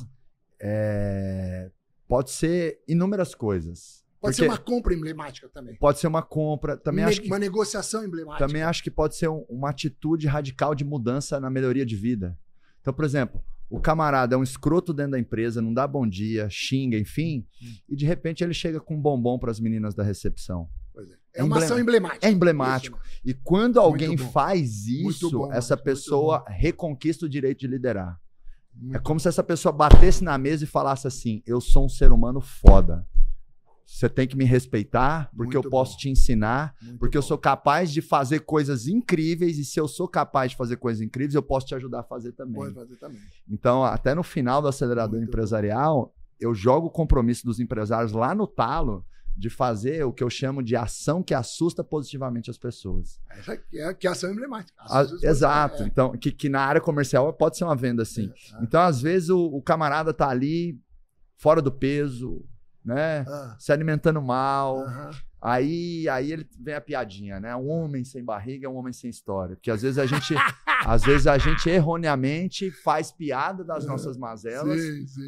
pode ser inúmeras coisas. Pode ser uma compra emblemática também. Pode ser uma compra. Também acho que, uma negociação emblemática. Também acho que pode ser uma atitude radical de mudança na melhoria de vida. Então, por exemplo, o camarada é um escroto dentro da empresa, não dá bom dia, xinga, enfim, e de repente ele chega com um bombom para as meninas da recepção. Pois é. É uma ação emblemática. É emblemático. Isso, e quando alguém faz isso, essa pessoa reconquista o direito de liderar. É como se essa pessoa batesse na mesa e falasse assim, eu sou um ser humano foda. Você tem que me respeitar, porque Muito eu posso bom. te ensinar, Muito porque eu bom. sou capaz de fazer coisas incríveis, e se eu sou capaz de fazer coisas incríveis, eu posso te ajudar a fazer também. Pode fazer também. Então, até no final do acelerador Muito empresarial, eu jogo o compromisso dos empresários lá no talo de fazer o que eu chamo de ação que assusta positivamente as pessoas. Essa aqui é que é ação emblemática. Exato. Então, que na área comercial pode ser uma venda assim. Então, às vezes, o camarada tá ali fora do peso, né? Se alimentando mal. Aí ele vem a piadinha, né? Um homem sem barriga é um homem sem história. Porque às vezes a gente erroneamente faz piada das nossas mazelas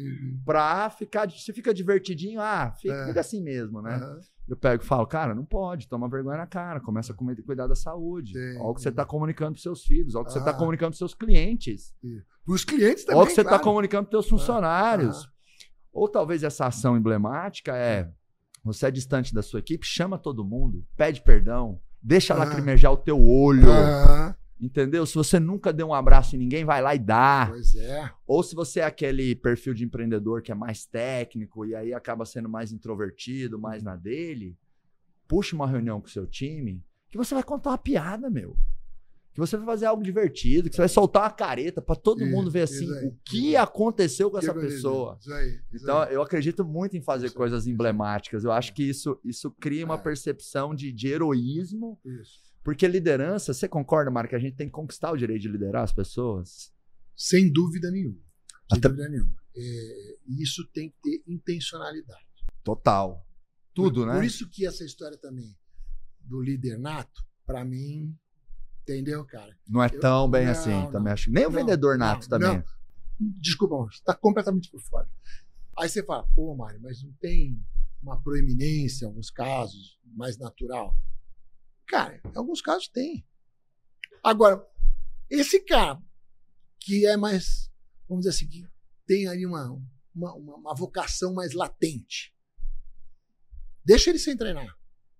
pra ficar, se fica divertidinho, fica assim mesmo, né? Eu pego e falo, cara, não pode, toma vergonha na cara, começa a cuidar da saúde. Olha o que você tá comunicando pros seus filhos, olha o que você tá comunicando pros seus clientes. Pros clientes também, olha o que você tá comunicando pros teus funcionários. Ou talvez essa ação emblemática você é distante da sua equipe, chama todo mundo, pede perdão, deixa lacrimejar o teu olho, entendeu? Se você nunca deu um abraço em ninguém, vai lá e dá. Pois é. Ou se você é aquele perfil de empreendedor que é mais técnico e aí acaba sendo mais introvertido, mais na dele, puxa uma reunião com o seu time que você vai contar uma piada, meu. Que você vai fazer algo divertido, que você vai soltar uma careta para todo mundo ver assim o que aconteceu com essa pessoa. Então, eu acredito muito em fazer coisas emblemáticas. Eu acho que isso cria uma percepção de heroísmo. Porque liderança, você concorda, Mário, que a gente tem que conquistar o direito de liderar as pessoas? Sem dúvida nenhuma. Sem dúvida nenhuma. Isso tem que ter intencionalidade. Total. Tudo, né? Por isso que essa história também do líder nato, para mim... Entendeu, cara? Não é tão bem assim, também acho. Nem o vendedor nato também. Não. Desculpa, você está completamente por fora. Aí você fala, pô, Mário, mas não tem uma proeminência em alguns casos, mais natural? Cara, em alguns casos tem. Agora, esse cara que é mais, vamos dizer assim, que tem ali uma vocação mais latente, deixa ele sem treinar.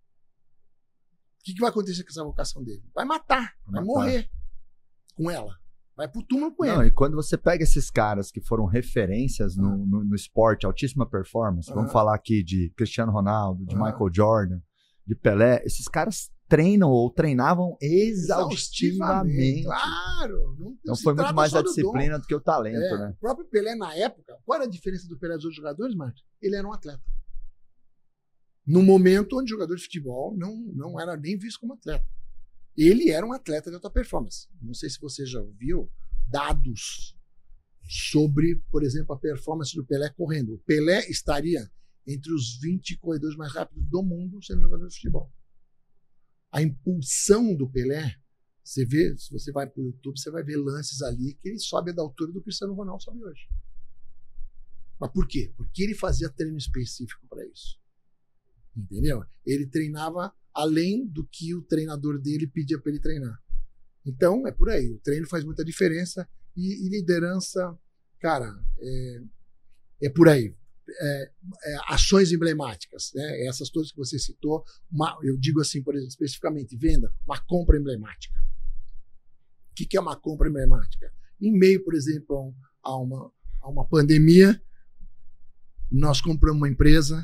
O que vai acontecer com essa vocação dele? Vai matar, vai morrer com ela. Vai pro túmulo com ele. E quando você pega esses caras que foram referências no esporte, altíssima performance, vamos falar aqui de Cristiano Ronaldo, de Michael Jordan, de Pelé, esses caras treinam ou treinavam exaustivamente. Claro. Então foi muito mais a disciplina do que o talento, né? O próprio Pelé na época, qual era a diferença do Pelé dos outros jogadores, Marcos? Ele era um atleta. No momento onde o jogador de futebol não era nem visto como atleta. Ele era um atleta de alta performance. Não sei se você já ouviu dados sobre, por exemplo, a performance do Pelé correndo. O Pelé estaria entre os 20 corredores mais rápidos do mundo sendo jogador de futebol. A impulsão do Pelé, você vê, se você vai para o YouTube, você vai ver lances ali que ele sobe da altura do Cristiano Ronaldo sobe hoje. Mas por quê? Porque ele fazia treino específico para isso. Entendeu? Ele treinava além do que o treinador dele pedia para ele treinar. Então, é por aí. O treino faz muita diferença e liderança, cara, é por aí. Ações emblemáticas, né? Essas todas que você citou, eu digo assim, por exemplo, especificamente, venda, uma compra emblemática. O que é uma compra emblemática? Em meio, por exemplo, a uma pandemia, nós compramos uma empresa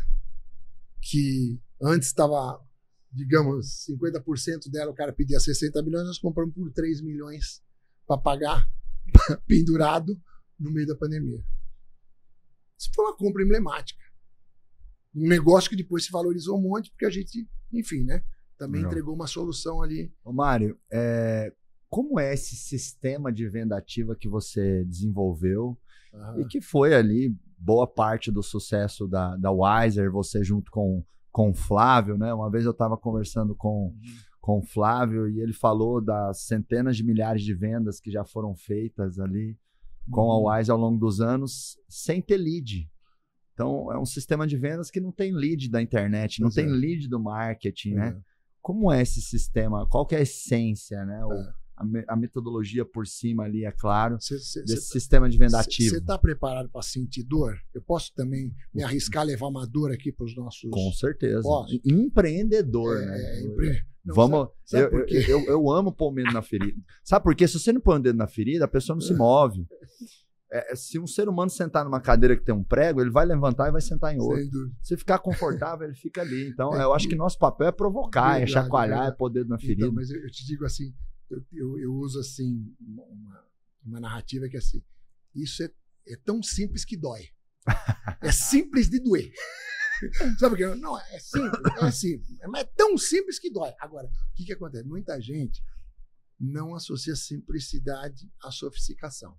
que antes estava, digamos, 50% dela, o cara pedia 60 milhões, nós compramos por 3 milhões para pagar pendurado no meio da pandemia. Isso foi uma compra emblemática. Um negócio que depois se valorizou um monte, porque a gente, enfim, né, também entregou uma solução ali. Ô Mário, como é esse sistema de venda ativa que você desenvolveu e que foi ali boa parte do sucesso da Wiser, você junto com o Flávio, né? Uma vez eu estava conversando com o Flávio e ele falou das centenas de milhares de vendas que já foram feitas ali com a Wiser ao longo dos anos sem ter lead. Então, é um sistema de vendas que não tem lead da internet, não tem lead do marketing, né? Como é esse sistema? Qual que é a essência, né? A metodologia por cima ali, é claro, desse sistema de venda ativo. Você está preparado para sentir dor? Eu posso também me arriscar a levar uma dor aqui para os nossos... Com certeza. Empreendedor, né? Vamos... Eu amo pôr o dedo na ferida. Sabe por quê? Se você não põe o dedo na ferida, a pessoa não se move. Se um ser humano sentar numa cadeira que tem um prego, ele vai levantar e vai sentar em outro. Sem dúvida. Se ficar confortável, ele fica ali. Então, eu acho que nosso papel é provocar, Verdade, é chacoalhar, verdade. é pôr o dedo na ferida. Então, mas eu te digo assim, eu uso assim uma narrativa que é assim, isso é tão simples que dói. É simples de doer. Sabe o que? Não, é simples, mas é tão simples que dói. Agora, o que acontece? Muita gente não associa simplicidade à sofisticação.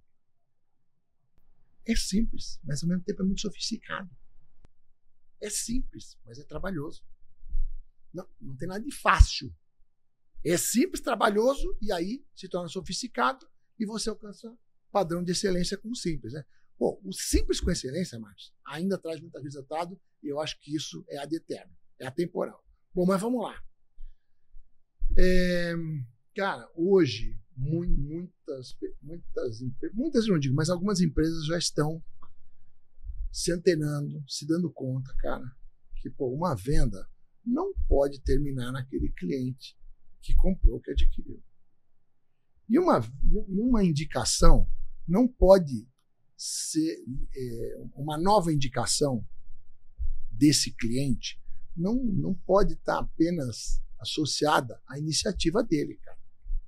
É simples, mas ao mesmo tempo é muito sofisticado. É simples, mas é trabalhoso. Não tem nada de fácil. É simples, trabalhoso, e aí se torna sofisticado e você alcança padrão de excelência com o simples, né? Pô, o simples com excelência, Marcos, ainda traz muito resultado e eu acho que isso é ad eterno, é atemporal. Bom, mas vamos lá. Cara, hoje, muitas, eu não digo, mas algumas empresas já estão se antenando, se dando conta, cara, que pô, uma venda não pode terminar naquele cliente que comprou, que adquiriu. E uma indicação não pode ser uma nova indicação desse cliente, não pode estar apenas associada à iniciativa dele, cara.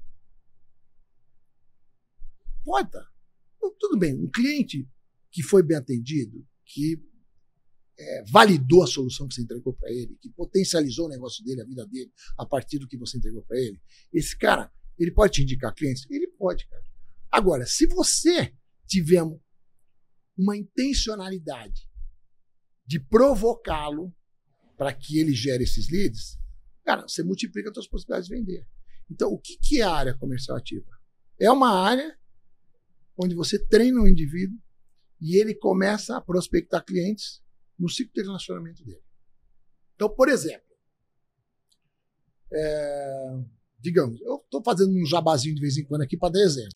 Pode estar. Tudo bem, um cliente que foi bem atendido, que validou a solução que você entregou para ele, que potencializou o negócio dele, a vida dele, a partir do que você entregou para ele, esse cara, ele pode te indicar clientes? Ele pode, cara. Agora, se você tiver uma intencionalidade de provocá-lo para que ele gere esses leads, cara, você multiplica as suas possibilidades de vender. Então, o que é a área comercial ativa? É uma área onde você treina o indivíduo e ele começa a prospectar clientes no ciclo de relacionamento dele. Então, por exemplo, digamos, eu estou fazendo um jabazinho de vez em quando aqui para dar exemplo.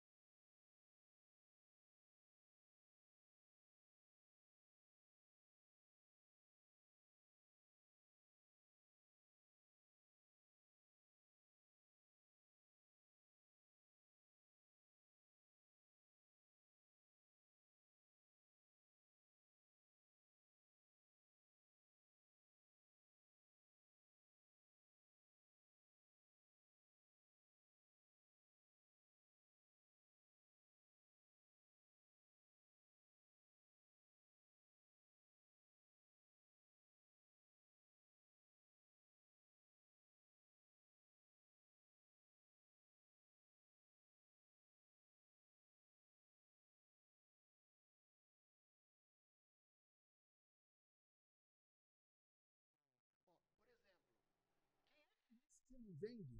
Vende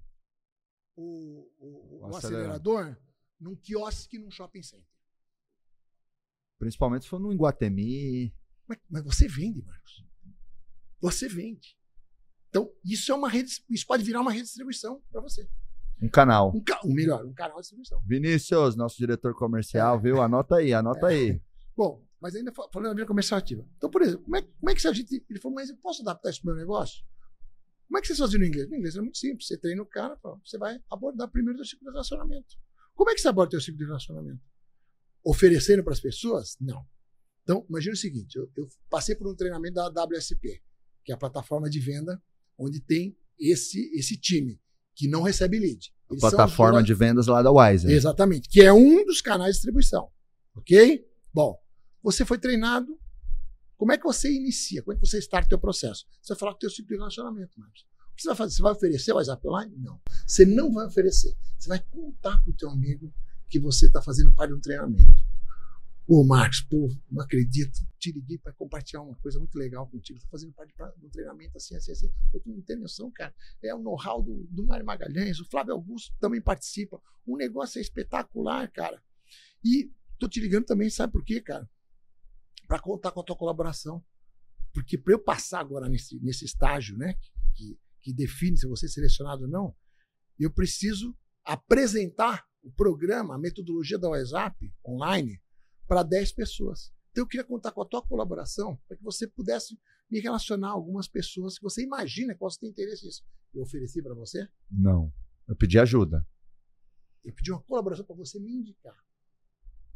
o acelerador num quiosque num shopping center. Principalmente se for no Iguatemi. Mas você vende, Marcos. Você vende. Então, isso pode virar uma redistribuição para você. Um canal. Um canal de distribuição. Vinícius, nosso diretor comercial, viu? Anota aí. Bom, mas ainda falando da vida comercial ativa. Então, por exemplo, como é que se a gente... Ele falou, mas eu posso adaptar isso para o meu negócio? Como é que vocês faziam no inglês? No inglês é muito simples. Você treina o cara, você vai abordar primeiro o ciclo de relacionamento. Como é que você aborda o ciclo de relacionamento? Oferecendo para as pessoas? Não. Então, imagina o seguinte, eu passei por um treinamento da WSP, que é a plataforma de venda, onde tem esse time, que não recebe lead. A plataforma de vendas lá da Wiser. Exatamente, que é um dos canais de distribuição. Ok? Bom, você foi treinado. Como é que você inicia? Como é que você starta o teu processo? Você vai falar com o teu ciclo de relacionamento, Marcos. O que você vai fazer? Você vai oferecer o WhatsApp Online? Não. Você não vai oferecer. Você vai contar para o teu amigo que você está fazendo parte de um treinamento. Pô, Marcos, não acredito. Te liguei para compartilhar uma coisa muito legal contigo. Estou fazendo parte de um treinamento assim. Pô, tu não tem noção, cara. É o know-how do Mário Magalhães. O Flávio Augusto também participa. O negócio é espetacular, cara. E estou te ligando também, sabe por quê, cara? Para contar com a tua colaboração. Porque para eu passar agora nesse estágio, né, que define se você é selecionado ou não, eu preciso apresentar o programa, a metodologia da WhatsApp online para 10 pessoas. Então eu queria contar com a tua colaboração para que você pudesse me relacionar a algumas pessoas que você imagina que possam ter interesse nisso. Eu ofereci para você? Não. Eu pedi ajuda. Eu pedi uma colaboração para você me indicar.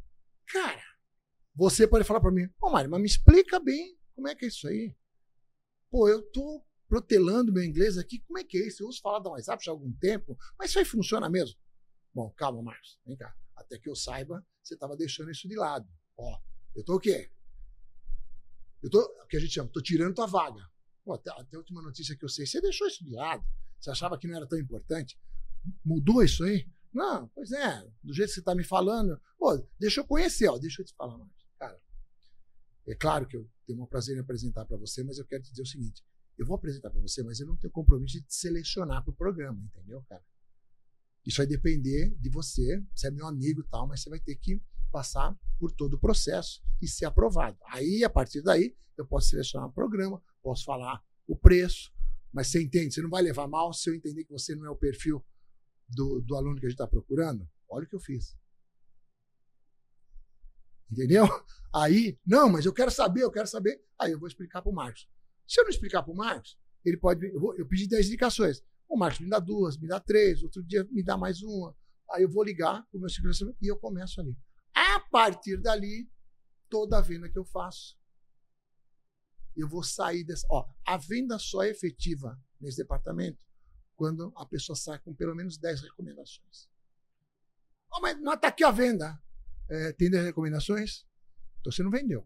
Cara, você pode falar para mim, Mário, mas me explica bem como é que é isso aí. Pô, eu tô protelando meu inglês aqui, como é que é isso? Eu ouço falar da WhatsApp já há algum tempo, mas isso aí funciona mesmo? Bom, calma, Marcos, vem cá. Até que eu saiba, você estava deixando isso de lado. Ó, eu tô o quê? Eu tô, o que a gente chama, tô tirando tua vaga. Pô, até a última notícia que eu sei, você deixou isso de lado. Você achava que não era tão importante? Mudou isso aí? Não, pois é, do jeito que você está me falando, pô, deixa eu conhecer, ó, deixa eu te falar mais. Cara, é claro que eu tenho um prazer em apresentar para você, mas eu quero te dizer o seguinte, eu vou apresentar para você, mas eu não tenho compromisso de te selecionar para o programa, entendeu, cara? Isso vai depender de você, você é meu amigo e tal, mas você vai ter que passar por todo o processo e ser aprovado. Aí, a partir daí, eu posso selecionar o programa, posso falar o preço, mas você entende, você não vai levar mal se eu entender que você não é o perfil do aluno que a gente está procurando. Olha o que eu fiz. Entendeu? Aí, não, mas eu quero saber. Aí eu vou explicar para o Marcos. Se eu não explicar para o Marcos, ele pode. Eu pedi 10 indicações. O Marcos me dá 2, me dá 3, outro dia me dá mais uma. Aí eu vou ligar para o meu segurança e eu começo ali. A partir dali, toda a venda que eu faço, eu vou sair dessa. Ó, a venda só é efetiva nesse departamento quando a pessoa sai com pelo menos 10 recomendações. Oh, mas não está aqui a venda. Tem 10 recomendações? Então você não vendeu.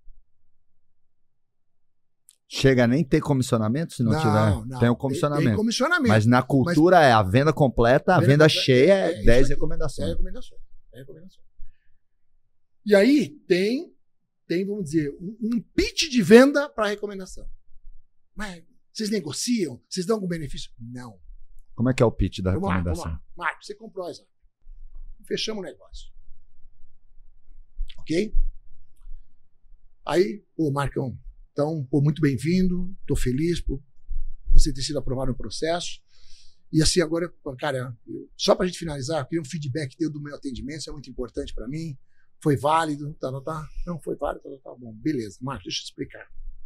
Chega a nem ter comissionamento se não tiver? Não. Tem um comissionamento. Tem comissionamento. Mas na cultura é a venda completa, a venda cheia é 10 recomendações. 10 recomendações. E aí tem, vamos dizer, um pitch de venda para recomendação. Mas vocês negociam? Vocês dão algum benefício? Não. Como é que é o pitch da recomendação? Vamos lá. Marcos, você comprou a WhatsApp. Fechamos o negócio. Ok? Aí, Marcão, então, muito bem-vindo. Estou feliz por você ter sido aprovado no processo. E assim, agora, cara, só para a gente finalizar, eu queria um feedback teu do meu atendimento, isso é muito importante para mim. Foi válido? Tá. Não, foi válido, tá bom. Beleza, Marcos, deixa eu te explicar.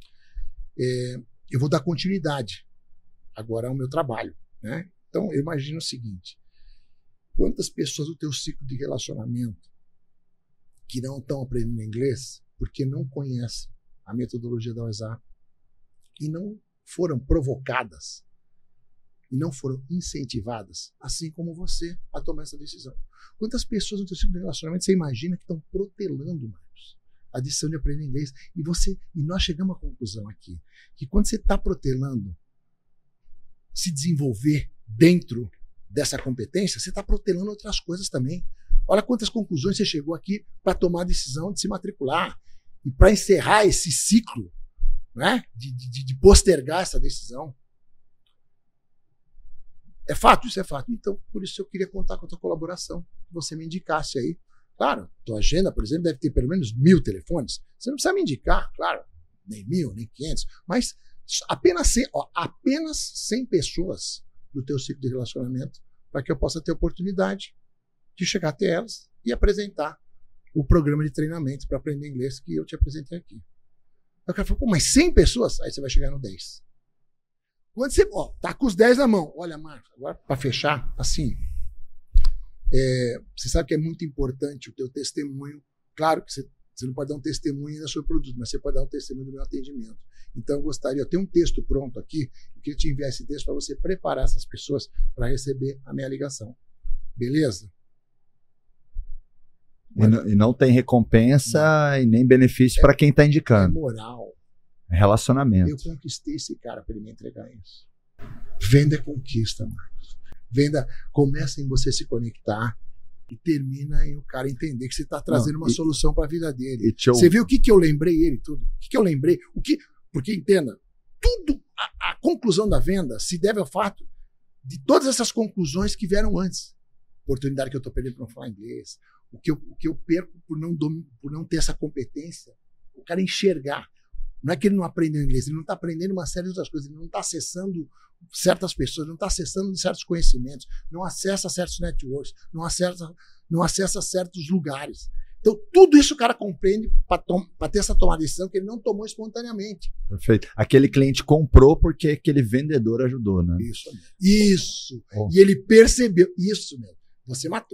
Eu vou dar continuidade agora ao meu trabalho, né? Então, eu imagino o seguinte, quantas pessoas do teu ciclo de relacionamento que não estão aprendendo inglês porque não conhecem a metodologia da WhatsApp e não foram provocadas e não foram incentivadas, assim como você, a tomar essa decisão. Quantas pessoas no teu ciclo de relacionamento você imagina que estão protelando, Marcos, a decisão de aprender inglês? E nós chegamos à conclusão aqui, que quando você está protelando se desenvolver dentro dessa competência, você está protelando outras coisas também. Olha quantas conclusões você chegou aqui para tomar a decisão de se matricular e para encerrar esse ciclo, né, de postergar essa decisão. É fato, isso é fato. Então, por isso eu queria contar com a tua colaboração, que você me indicasse aí. Claro, tua agenda, por exemplo, deve ter pelo menos 1000 telefones. Você não precisa me indicar, claro, nem 1000, nem 500, mas apenas 100 pessoas do teu ciclo de relacionamento para que eu possa ter oportunidade de chegar até elas e apresentar o programa de treinamento para aprender inglês que eu te apresentei aqui. Eu quero falar, mas 100 pessoas? Aí você vai chegar no 10. Quando você tá com os 10 na mão, olha, Marcos, agora para fechar, assim, você sabe que é muito importante o teu testemunho. Claro que você não pode dar um testemunho do seu produto, mas você pode dar um testemunho do meu atendimento. Então, eu tenho um texto pronto aqui, eu queria te enviar esse texto para você preparar essas pessoas para receber a minha ligação. Beleza? E não tem recompensa e nem benefício para quem está indicando. É moral. É relacionamento. Eu conquistei esse cara para ele me entregar isso. Venda é conquista, Marcos. Venda começa em você se conectar e termina em o cara entender que você está trazendo uma solução para a vida dele. Você viu o que eu lembrei ele tudo? O que eu lembrei? Porque entenda, tudo, a conclusão da venda se deve ao fato de todas essas conclusões que vieram antes. Oportunidade que eu estou perdendo para não falar inglês, o que eu perco por não ter essa competência, o cara enxergar. Não é que ele não aprendeu inglês, ele não está aprendendo uma série de outras coisas, ele não está acessando certas pessoas, não está acessando certos conhecimentos, não acessa certos networks, não acessa certos lugares. Então, tudo isso o cara compreende para ter essa tomada de decisão que ele não tomou espontaneamente. Perfeito. Aquele cliente comprou porque aquele vendedor ajudou, né? Isso. Oh. E ele percebeu. Isso mesmo. Você matou.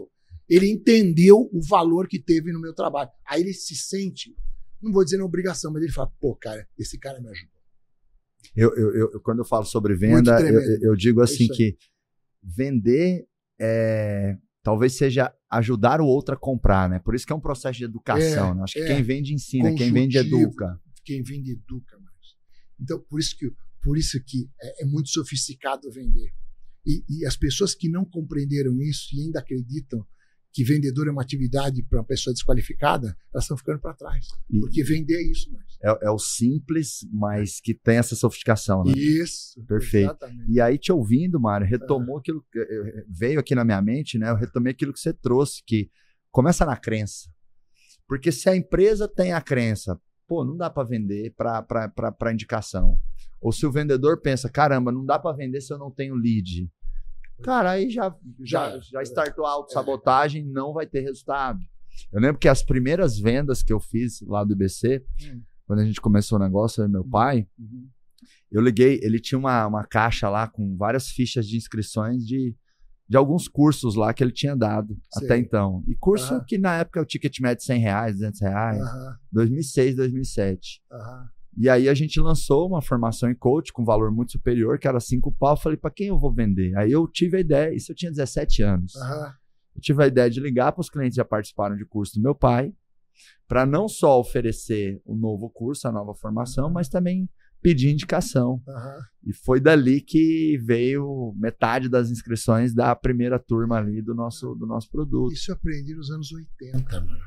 Ele entendeu o valor que teve no meu trabalho. Aí ele se sente, não vou dizer na obrigação, mas ele fala, pô, cara, esse cara me ajudou. Quando eu falo sobre venda, eu digo assim que vender talvez seja ajudar o outro a comprar, né? Por isso que é um processo de educação, né? Acho que quem vende ensina, quem vende educa. Quem vende educa, Marcos. Então, por isso que é muito sofisticado vender. E as pessoas que não compreenderam isso e ainda acreditam que vendedor é uma atividade para uma pessoa desqualificada, elas estão ficando para trás. Porque vender é isso, Marcos. É o simples, mas que tem essa sofisticação, né? Isso. Perfeito. Exatamente. E aí, te ouvindo, Mário, retomou aquilo que veio aqui na minha mente, né? Eu retomei aquilo que você trouxe, que começa na crença. Porque se a empresa tem a crença, pô, não dá para vender para indicação. Ou se o vendedor pensa, caramba, não dá para vender se eu não tenho lead. Cara, aí já startou a autossabotagem, não vai ter resultado. Eu lembro que as primeiras vendas que eu fiz lá do IBC, quando a gente começou o negócio, eu e meu pai, eu liguei, ele tinha uma caixa lá com várias fichas de inscrições de alguns cursos lá que ele tinha dado até então. E curso que na época o ticket médio de R$100, R$200, 2006, 2007. E aí a gente lançou uma formação em coach com valor muito superior, que era 5 pau. Eu falei, para quem eu vou vender? Aí eu tive a ideia, isso eu tinha 17 anos. Eu tive a ideia de ligar para os clientes que já participaram de curso do meu pai, para não só oferecer o novo curso, a nova formação, mas também pedir indicação. E foi dali que veio metade das inscrições da primeira turma ali do nosso produto. Isso eu aprendi nos anos 80, mano.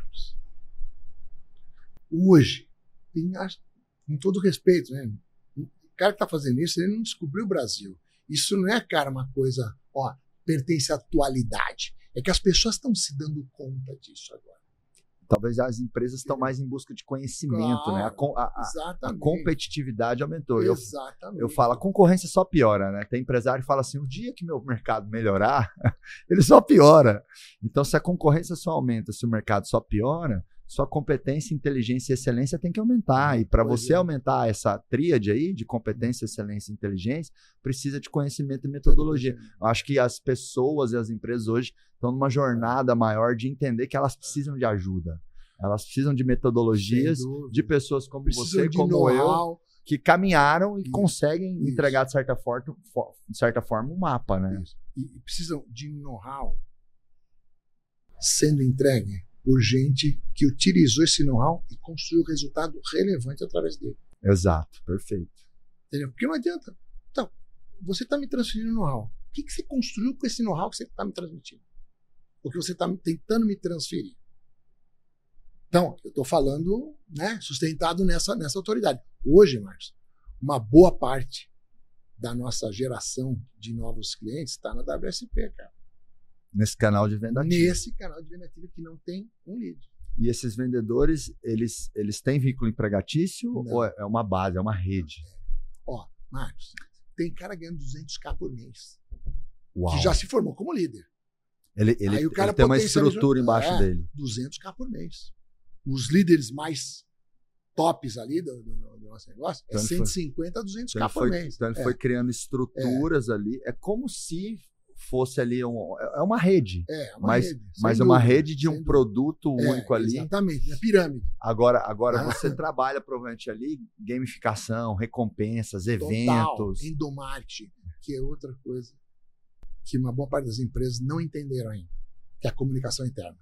Hoje, com todo respeito, né? O cara que está fazendo isso, ele não descobriu o Brasil. Isso não é, cara, uma coisa, pertence à atualidade. É que as pessoas estão se dando conta disso agora. Talvez as empresas estão mais em busca de conhecimento, né? A competitividade aumentou. Exatamente. Eu falo, a concorrência só piora, né? Tem empresário que fala assim, o dia que meu mercado melhorar, ele só piora. Então, se a concorrência só aumenta, se o mercado só piora, sua competência, inteligência e excelência tem que aumentar. E para você aumentar essa tríade aí de competência, excelência e inteligência, precisa de conhecimento e metodologia. Eu acho que as pessoas e as empresas hoje estão numa jornada maior de entender que elas precisam de ajuda. Elas precisam de metodologias, de pessoas como você, como eu, que caminharam e conseguem entregar, de certa forma, um mapa, né? E precisam de know-how sendo entregue por gente que utilizou esse know-how e construiu resultado relevante através dele. Exato, perfeito. Entendeu? Porque não adianta. Então, você está me transferindo know-how. O que você construiu com esse know-how que você está me transmitindo? O que você está tentando me transferir? Então, eu estou falando, né, sustentado nessa autoridade. Hoje, Marcos, uma boa parte da nossa geração de novos clientes está na WSP, cara. Nesse canal de venda ativa. Nesse canal de venda ativa que não tem um lead. E esses vendedores, eles têm vínculo empregatício ou é uma base, é uma rede? Marcos, tem cara ganhando 200k por mês. Uau. Que já se formou como líder. Ele tem uma estrutura embaixo dele. 200k por mês. Os líderes mais tops ali do nosso negócio então 150 a 200k por mês. Então ele foi criando estruturas ali. É como se fosse ali é uma rede. Mas uma rede de um produto único ali. Exatamente, é pirâmide. Agora você trabalha provavelmente ali gamificação, recompensas, eventos. Endomarketing, que é outra coisa que uma boa parte das empresas não entenderam ainda, que é a comunicação interna.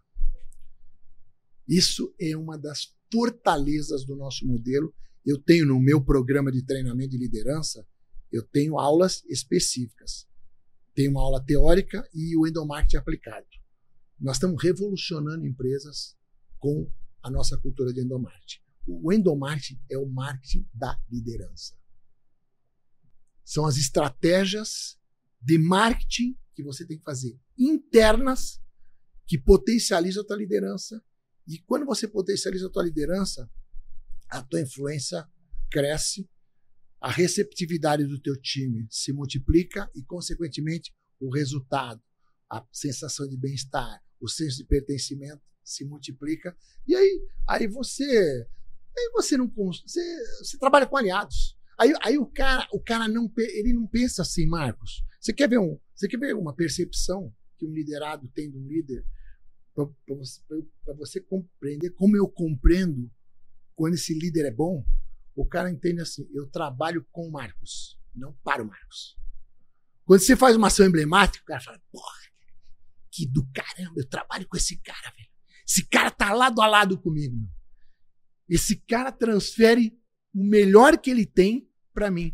Isso é uma das fortalezas do nosso modelo. Eu tenho no meu programa de treinamento de liderança, eu tenho aulas específicas. Tem uma aula teórica e o endomarketing aplicado. Nós estamos revolucionando empresas com a nossa cultura de endomarketing. O endomarketing é o marketing da liderança. São as estratégias de marketing que você tem que fazer internas que potencializam a tua liderança. E quando você potencializa a tua liderança, a tua influência cresce, a receptividade do teu time se multiplica e, consequentemente, o resultado, a sensação de bem-estar, o senso de pertencimento se multiplica. E aí você não você trabalha com aliados. Aí o cara não pensa assim, Marcos. Você quer ver uma percepção que um liderado tem de um líder para você compreender como eu compreendo quando esse líder é bom, o cara entende assim, eu trabalho com o Marcos, não para o Marcos. Quando você faz uma ação emblemática, o cara fala, porra, que do caramba, eu trabalho com esse cara, velho. Esse cara tá lado a lado comigo, meu. Esse cara transfere o melhor que ele tem para mim.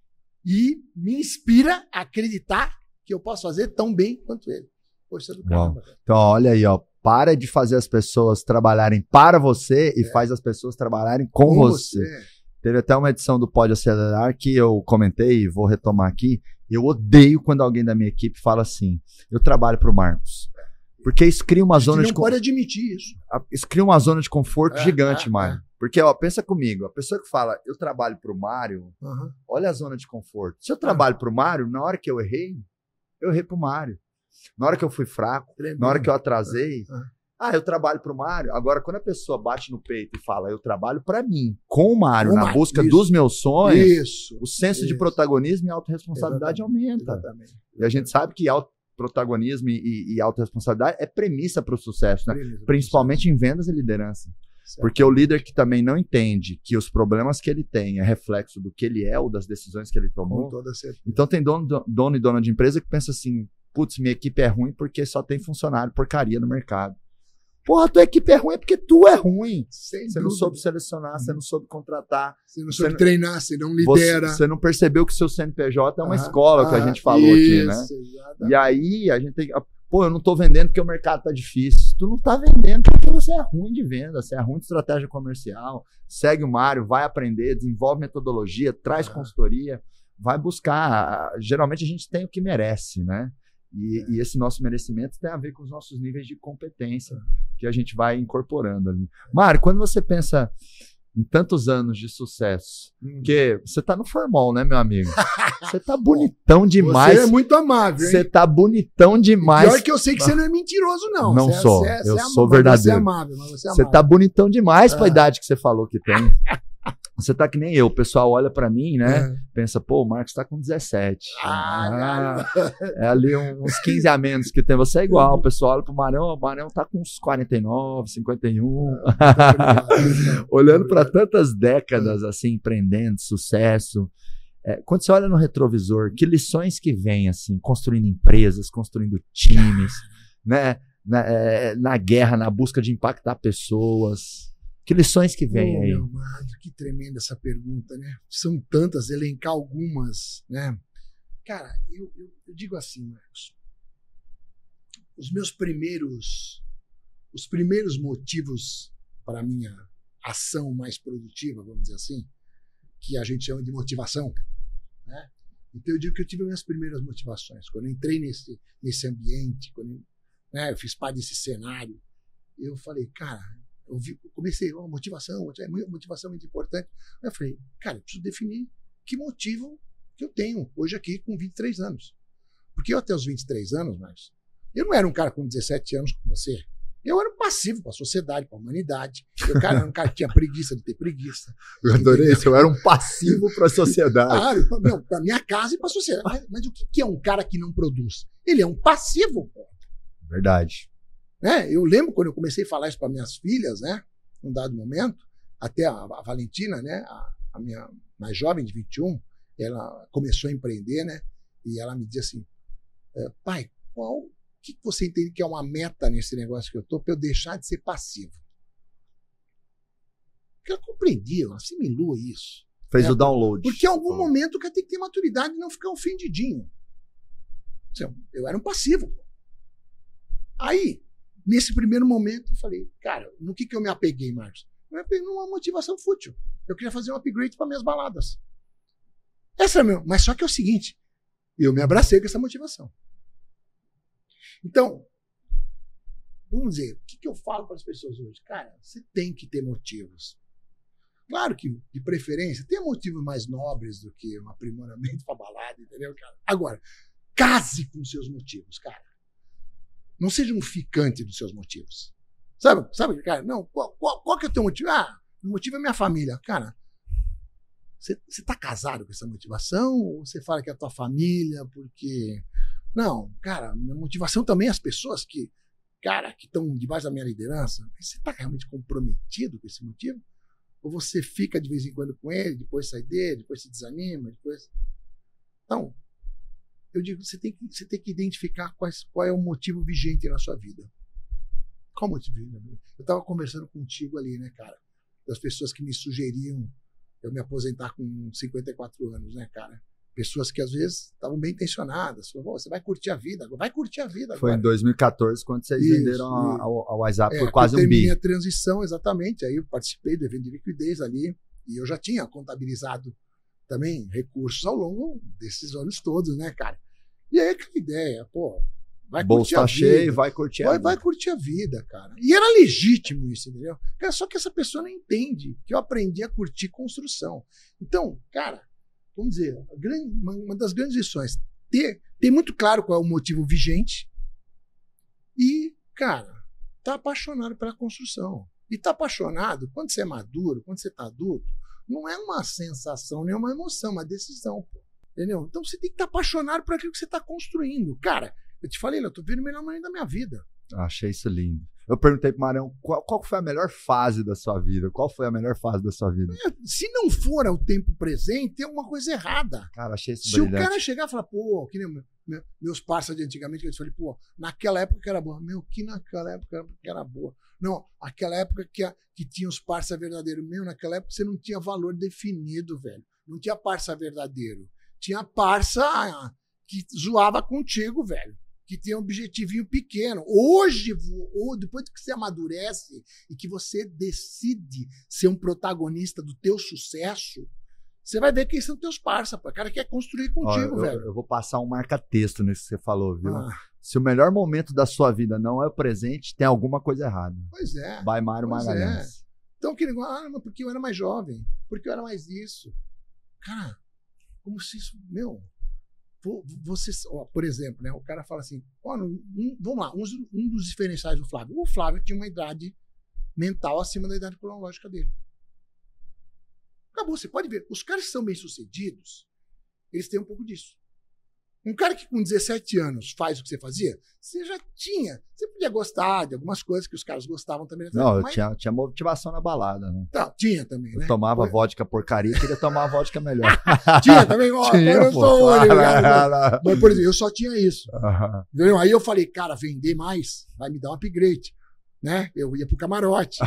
E me inspira a acreditar que eu posso fazer tão bem quanto ele. Poxa, do caramba. Então, olha aí, ó. Para de fazer as pessoas trabalharem para você e faz as pessoas trabalharem com você. Teve até uma edição do Pode Acelerar que eu comentei e vou retomar aqui. Eu odeio quando alguém da minha equipe fala assim, eu trabalho para o Marcos. Porque isso cria uma zona de... não pode admitir isso. Isso cria uma zona de conforto gigante, Mário. Porque, ó, pensa comigo, a pessoa que fala, eu trabalho para o Mário, olha a zona de conforto. Se eu trabalho para o Mário, na hora que eu errei para o Mário. Na hora que eu fui fraco, na hora que eu atrasei, eu trabalho para o Mário. Agora, quando a pessoa bate no peito e fala, eu trabalho para mim, com o Mário, na busca dos meus sonhos, o senso de protagonismo e autorresponsabilidade aumenta. Exatamente. E a gente sabe que protagonismo e autorresponsabilidade é premissa para o sucesso, né? Principalmente em vendas e liderança. Certo. Porque o líder que também não entende que os problemas que ele tem é reflexo do que ele é ou das decisões que ele tomou. Com toda certeza. Então tem dono e dona de empresa que pensa assim, putz, minha equipe é ruim porque só tem funcionário porcaria no mercado. Porra, tua equipe é ruim é porque tu é ruim. Você não soube selecionar, você não soube contratar. Você não soube treinar, você não lidera. Você não percebeu que o seu CNPJ é uma escola, que a gente falou aqui, né? Exatamente. E aí a gente tem... Pô, eu não tô vendendo porque o mercado tá difícil. Tu não tá vendendo porque você é ruim de venda, você é ruim de estratégia comercial. Segue o Mário, vai aprender, desenvolve metodologia, traz consultoria, vai buscar. Geralmente a gente tem o que merece, né? E esse nosso merecimento tem a ver com os nossos níveis de competência que a gente vai incorporando ali. Mário, quando você pensa em tantos anos de sucesso, porque você tá no formol, né, meu amigo? Você tá bonitão demais. Você é muito amável, hein? Você tá bonitão demais. Pior que eu sei que você não é mentiroso, não. Não sou. Eu sou verdadeiro. Você é amável, mas você é amável. Você tá bonitão demais pra idade que você falou que tem. Você tá que nem eu. O pessoal olha pra mim, né? Pensa, pô, o Marcos tá com 17. É ali uns 15 a menos que tem. Você é igual. O pessoal olha pro Marão, o Marão tá com uns 49, 51. Olhando pra tantas décadas, assim, empreendendo, sucesso. Quando você olha no retrovisor, que lições que vem, assim, construindo empresas, construindo times, né? Na guerra, na busca de impactar pessoas. Que lições que vem aí? Meu mano, que tremenda essa pergunta, né? São tantas, elencar algumas, né? Cara, eu digo assim, Marcos, os primeiros motivos para a minha ação mais produtiva, vamos dizer assim, que a gente chama de motivação, né? Então eu digo que eu tive minhas primeiras motivações. Quando eu entrei nesse ambiente, quando eu fiz parte desse cenário, eu falei, cara, comecei, motivação é muito importante. Aí eu falei, cara, eu preciso definir que motivo que eu tenho hoje aqui com 23 anos. Porque eu até os 23 anos, mas eu não era um cara com 17 anos como você. Eu era um passivo para a sociedade, para a humanidade. Eu era um cara que tinha preguiça de ter preguiça. Eu adorei isso, eu era um passivo para a sociedade. Claro, para minha casa e para a sociedade. Mas o que é um cara que não produz? Ele é um passivo. Verdade. Eu lembro quando eu comecei a falar isso para minhas filhas, né? Num dado momento, até a Valentina, né? A minha mais jovem, de 21, ela começou a empreender, né? E ela me dizia assim, pai, o que você entende que é uma meta nesse negócio que eu estou para eu deixar de ser passivo? Porque ela compreendia, ela assimilou isso. Fez o download. Porque em algum momento o cara tem que ter maturidade e não ficar ofendidinho. Eu era um passivo. Aí, nesse primeiro momento, eu falei, cara, no que eu me apeguei, Marcos? Eu me apeguei numa motivação fútil. Eu queria fazer um upgrade para minhas baladas. Essa era mas só que é o seguinte, eu me abracei com essa motivação. Então, vamos dizer, o que eu falo para as pessoas hoje? Cara, você tem que ter motivos. Claro que, de preferência, tem motivos mais nobres do que um aprimoramento para balada, entendeu, cara? Agora, case com seus motivos, cara. Não seja um ficante dos seus motivos. Sabe, cara? Não, qual que é o teu motivo? O motivo é minha família. Cara, você tá casado com essa motivação? Ou você fala que é a tua família porque... Não, cara, minha motivação também é as pessoas que cara, que estão debaixo da minha liderança, você está realmente comprometido com esse motivo? Ou você fica de vez em quando com ele, depois sai dele, depois se desanima, depois... Então, eu digo, você tem que identificar qual é o motivo vigente na sua vida. Qual o motivo vigente? Eu estava conversando contigo ali, né, cara? Das pessoas que me sugeriam eu me aposentar com 54 anos, né, cara? Pessoas que às vezes estavam bem intencionadas. Falaram, você vai curtir a vida, vai curtir a vida agora. Foi em 2014 quando vocês venderam a WhatsApp por quase eu um bi. Minha transição, exatamente. Aí eu participei do evento de liquidez ali e eu já tinha contabilizado também recursos ao longo desses anos todos, né, cara? E aí aquela ideia, pô, vai bolso curtir a vida. Cheio, vai curtir a vida. Vai curtir a vida, cara. E era legítimo isso, entendeu? Cara, só que essa pessoa não entende que eu aprendi a curtir construção. Então, cara, vamos dizer, uma das grandes lições, ter muito claro qual é o motivo vigente e, cara, tá apaixonado pela construção. E tá apaixonado, quando você é maduro, quando você tá adulto, não é uma sensação, nem uma emoção, uma decisão, pô. Entendeu? Então você tem que estar apaixonado por aquilo que você está construindo. Cara, eu te falei, eu tô vendo o melhor momento da minha vida. Achei isso lindo. Eu perguntei pro Marão, qual foi a melhor fase da sua vida? Qual foi a melhor fase da sua vida? Se não for ao tempo presente, tem alguma coisa errada. Cara, achei isso brilhante. Se o cara chegar e falar, pô, que nem meus parceiros de antigamente, que eu falei, pô, naquela época que era boa. Meu, que naquela época que era boa. Não, aquela época que tinha os parceiros verdadeiros. Meu, naquela época você não tinha valor definido, velho. Não tinha parça verdadeiro. Tinha parça que zoava contigo, velho. Que tem um objetivinho pequeno. Hoje, depois que você amadurece e que você decide ser um protagonista do teu sucesso, você vai ver quem são teus parça, pô. O cara quer construir contigo, velho. Eu vou passar um marca-texto nisso que você falou, viu? Se o melhor momento da sua vida não é o presente, tem alguma coisa errada. Pois é. By Mário Magalhães. Então, mas porque eu era mais jovem, porque eu era mais isso. Cara, como se isso, meu... Você, por exemplo, né, o cara fala assim, vamos lá, um dos diferenciais do Flávio. O Flávio tinha uma idade mental acima da idade cronológica dele. Acabou, você pode ver. Os caras que são bem-sucedidos, eles têm um pouco disso. Um cara que com 17 anos faz o que você fazia, você já tinha. Você podia gostar de algumas coisas que os caras gostavam também. Não, mas... eu tinha motivação na balada, né? Tá, tinha também, né? Eu tomava vodka porcaria e queria tomar vodka melhor. Tinha também? Eu sou único. Mas, por exemplo, eu só tinha isso. Entendeu? Aí eu falei, cara, vender mais vai me dar um upgrade. Né? Eu ia pro camarote.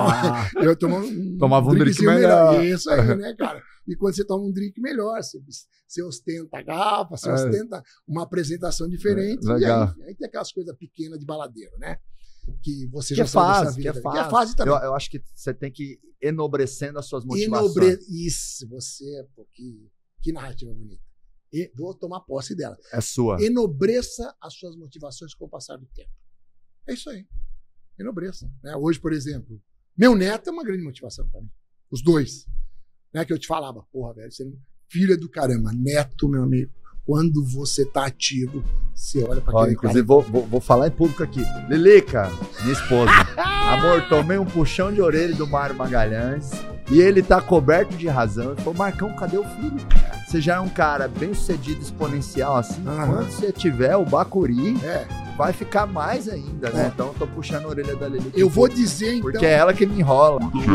Eu tomava um drink melhor. Isso aí, né, cara? E quando você toma um drink melhor, você ostenta a garrafa, você ostenta uma apresentação diferente. E aí tem aquelas coisas pequenas de baladeiro, né? Que você já sabe dessa vida. Que é fase também. Eu acho que você tem que ir enobrecendo as suas motivações. Isso, você, pô, que narrativa bonita. E vou tomar posse dela. É sua. Enobreça as suas motivações com o passar do tempo. É isso aí. Enobreça. Né? Hoje, por exemplo, meu neto é uma grande motivação para mim. Os dois. Né? Que eu te falava, porra, velho, você não... filho é do caramba, neto, meu amigo. Quando você tá ativo, você olha pra aquele inclusive, vou falar em público aqui. Lilica, minha esposa. Amor, tomei um puxão de orelha do Mário Magalhães e ele tá coberto de razão. Ele falou, Marcão, cadê o filho? Você já é um cara bem sucedido, exponencial assim. Quando você tiver o Bacuri, vai ficar mais ainda, né? Então eu tô puxando a orelha da Lilica. Eu vou dizer, então... Porque é ela que me enrola.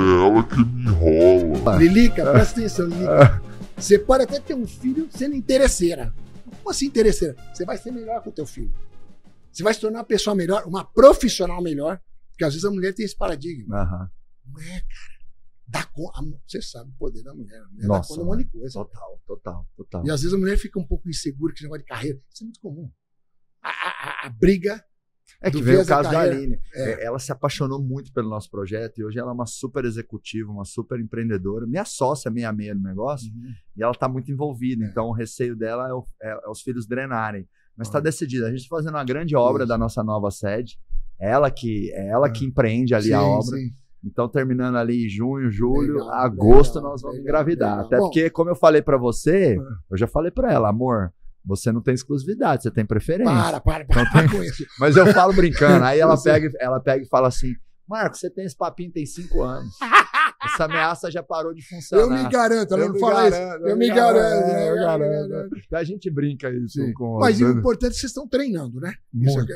Lilica, presta atenção, Lilica. Você pode até ter um filho sendo interesseira. Como assim interesseira? Você vai ser melhor com o teu filho. Você vai se tornar uma pessoa melhor, uma profissional melhor, porque às vezes a mulher tem esse paradigma. Não é, cara. Você sabe o poder da mulher. Dá conta de um monte de coisa. Total. E às vezes a mulher fica um pouco insegura com esse negócio de carreira. Isso é muito comum. A briga... É que veio o caso da Aline. Ela se apaixonou muito pelo nosso projeto e hoje ela é uma super executiva, uma super empreendedora. Minha sócia, meia no negócio, e ela está muito envolvida. Então o receio dela é os filhos drenarem. Mas está decidida. A gente está fazendo uma grande obra da nossa nova sede. É ela que empreende ali a obra. Sim. Então, terminando ali em junho, julho, agosto, nós vamos engravidar. Até porque, como eu falei para você, eu já falei para ela, amor, você não tem exclusividade, você tem preferência. Para com isso. Mas eu falo brincando. Aí ela pega e fala assim, Marco, você tem esse papinho tem 5 anos. Essa ameaça já parou de funcionar. Eu me garanto, ela não fala isso. Eu me garanto. Eu garanto. A gente brinca isso com... Mas o importante é que vocês estão treinando, né? Muito.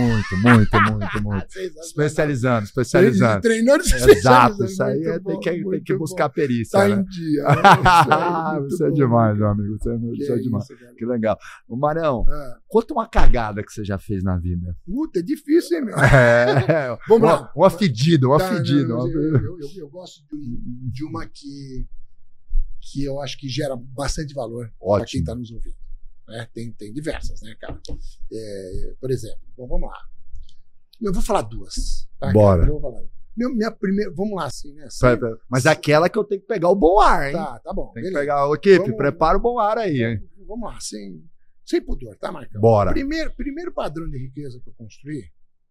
Especializando. Treinando, exato, isso aí tem que buscar perícia. Tá né? em dia. Você é demais, meu amigo. Você é demais. Que legal. O Marião, conta uma cagada que você já fez na vida. Puta, é difícil, hein, meu? Vamos lá. Uma fedida. Eu gosto de uma que eu acho que gera bastante valor para quem está nos ouvindo. Né? Tem diversas, né, cara? Por exemplo, vamos lá. Eu vou falar duas. Tá, bora. Eu vou falar. Minha primeira, vamos lá, assim, né? Mas aquela que eu tenho que pegar o bom ar, hein? Tá bom. Tem que pegar o equipe, prepara o bom ar aí, hein? Vamos lá, sem pudor, tá, Marcão? Bora. Primeiro padrão de riqueza que eu construí,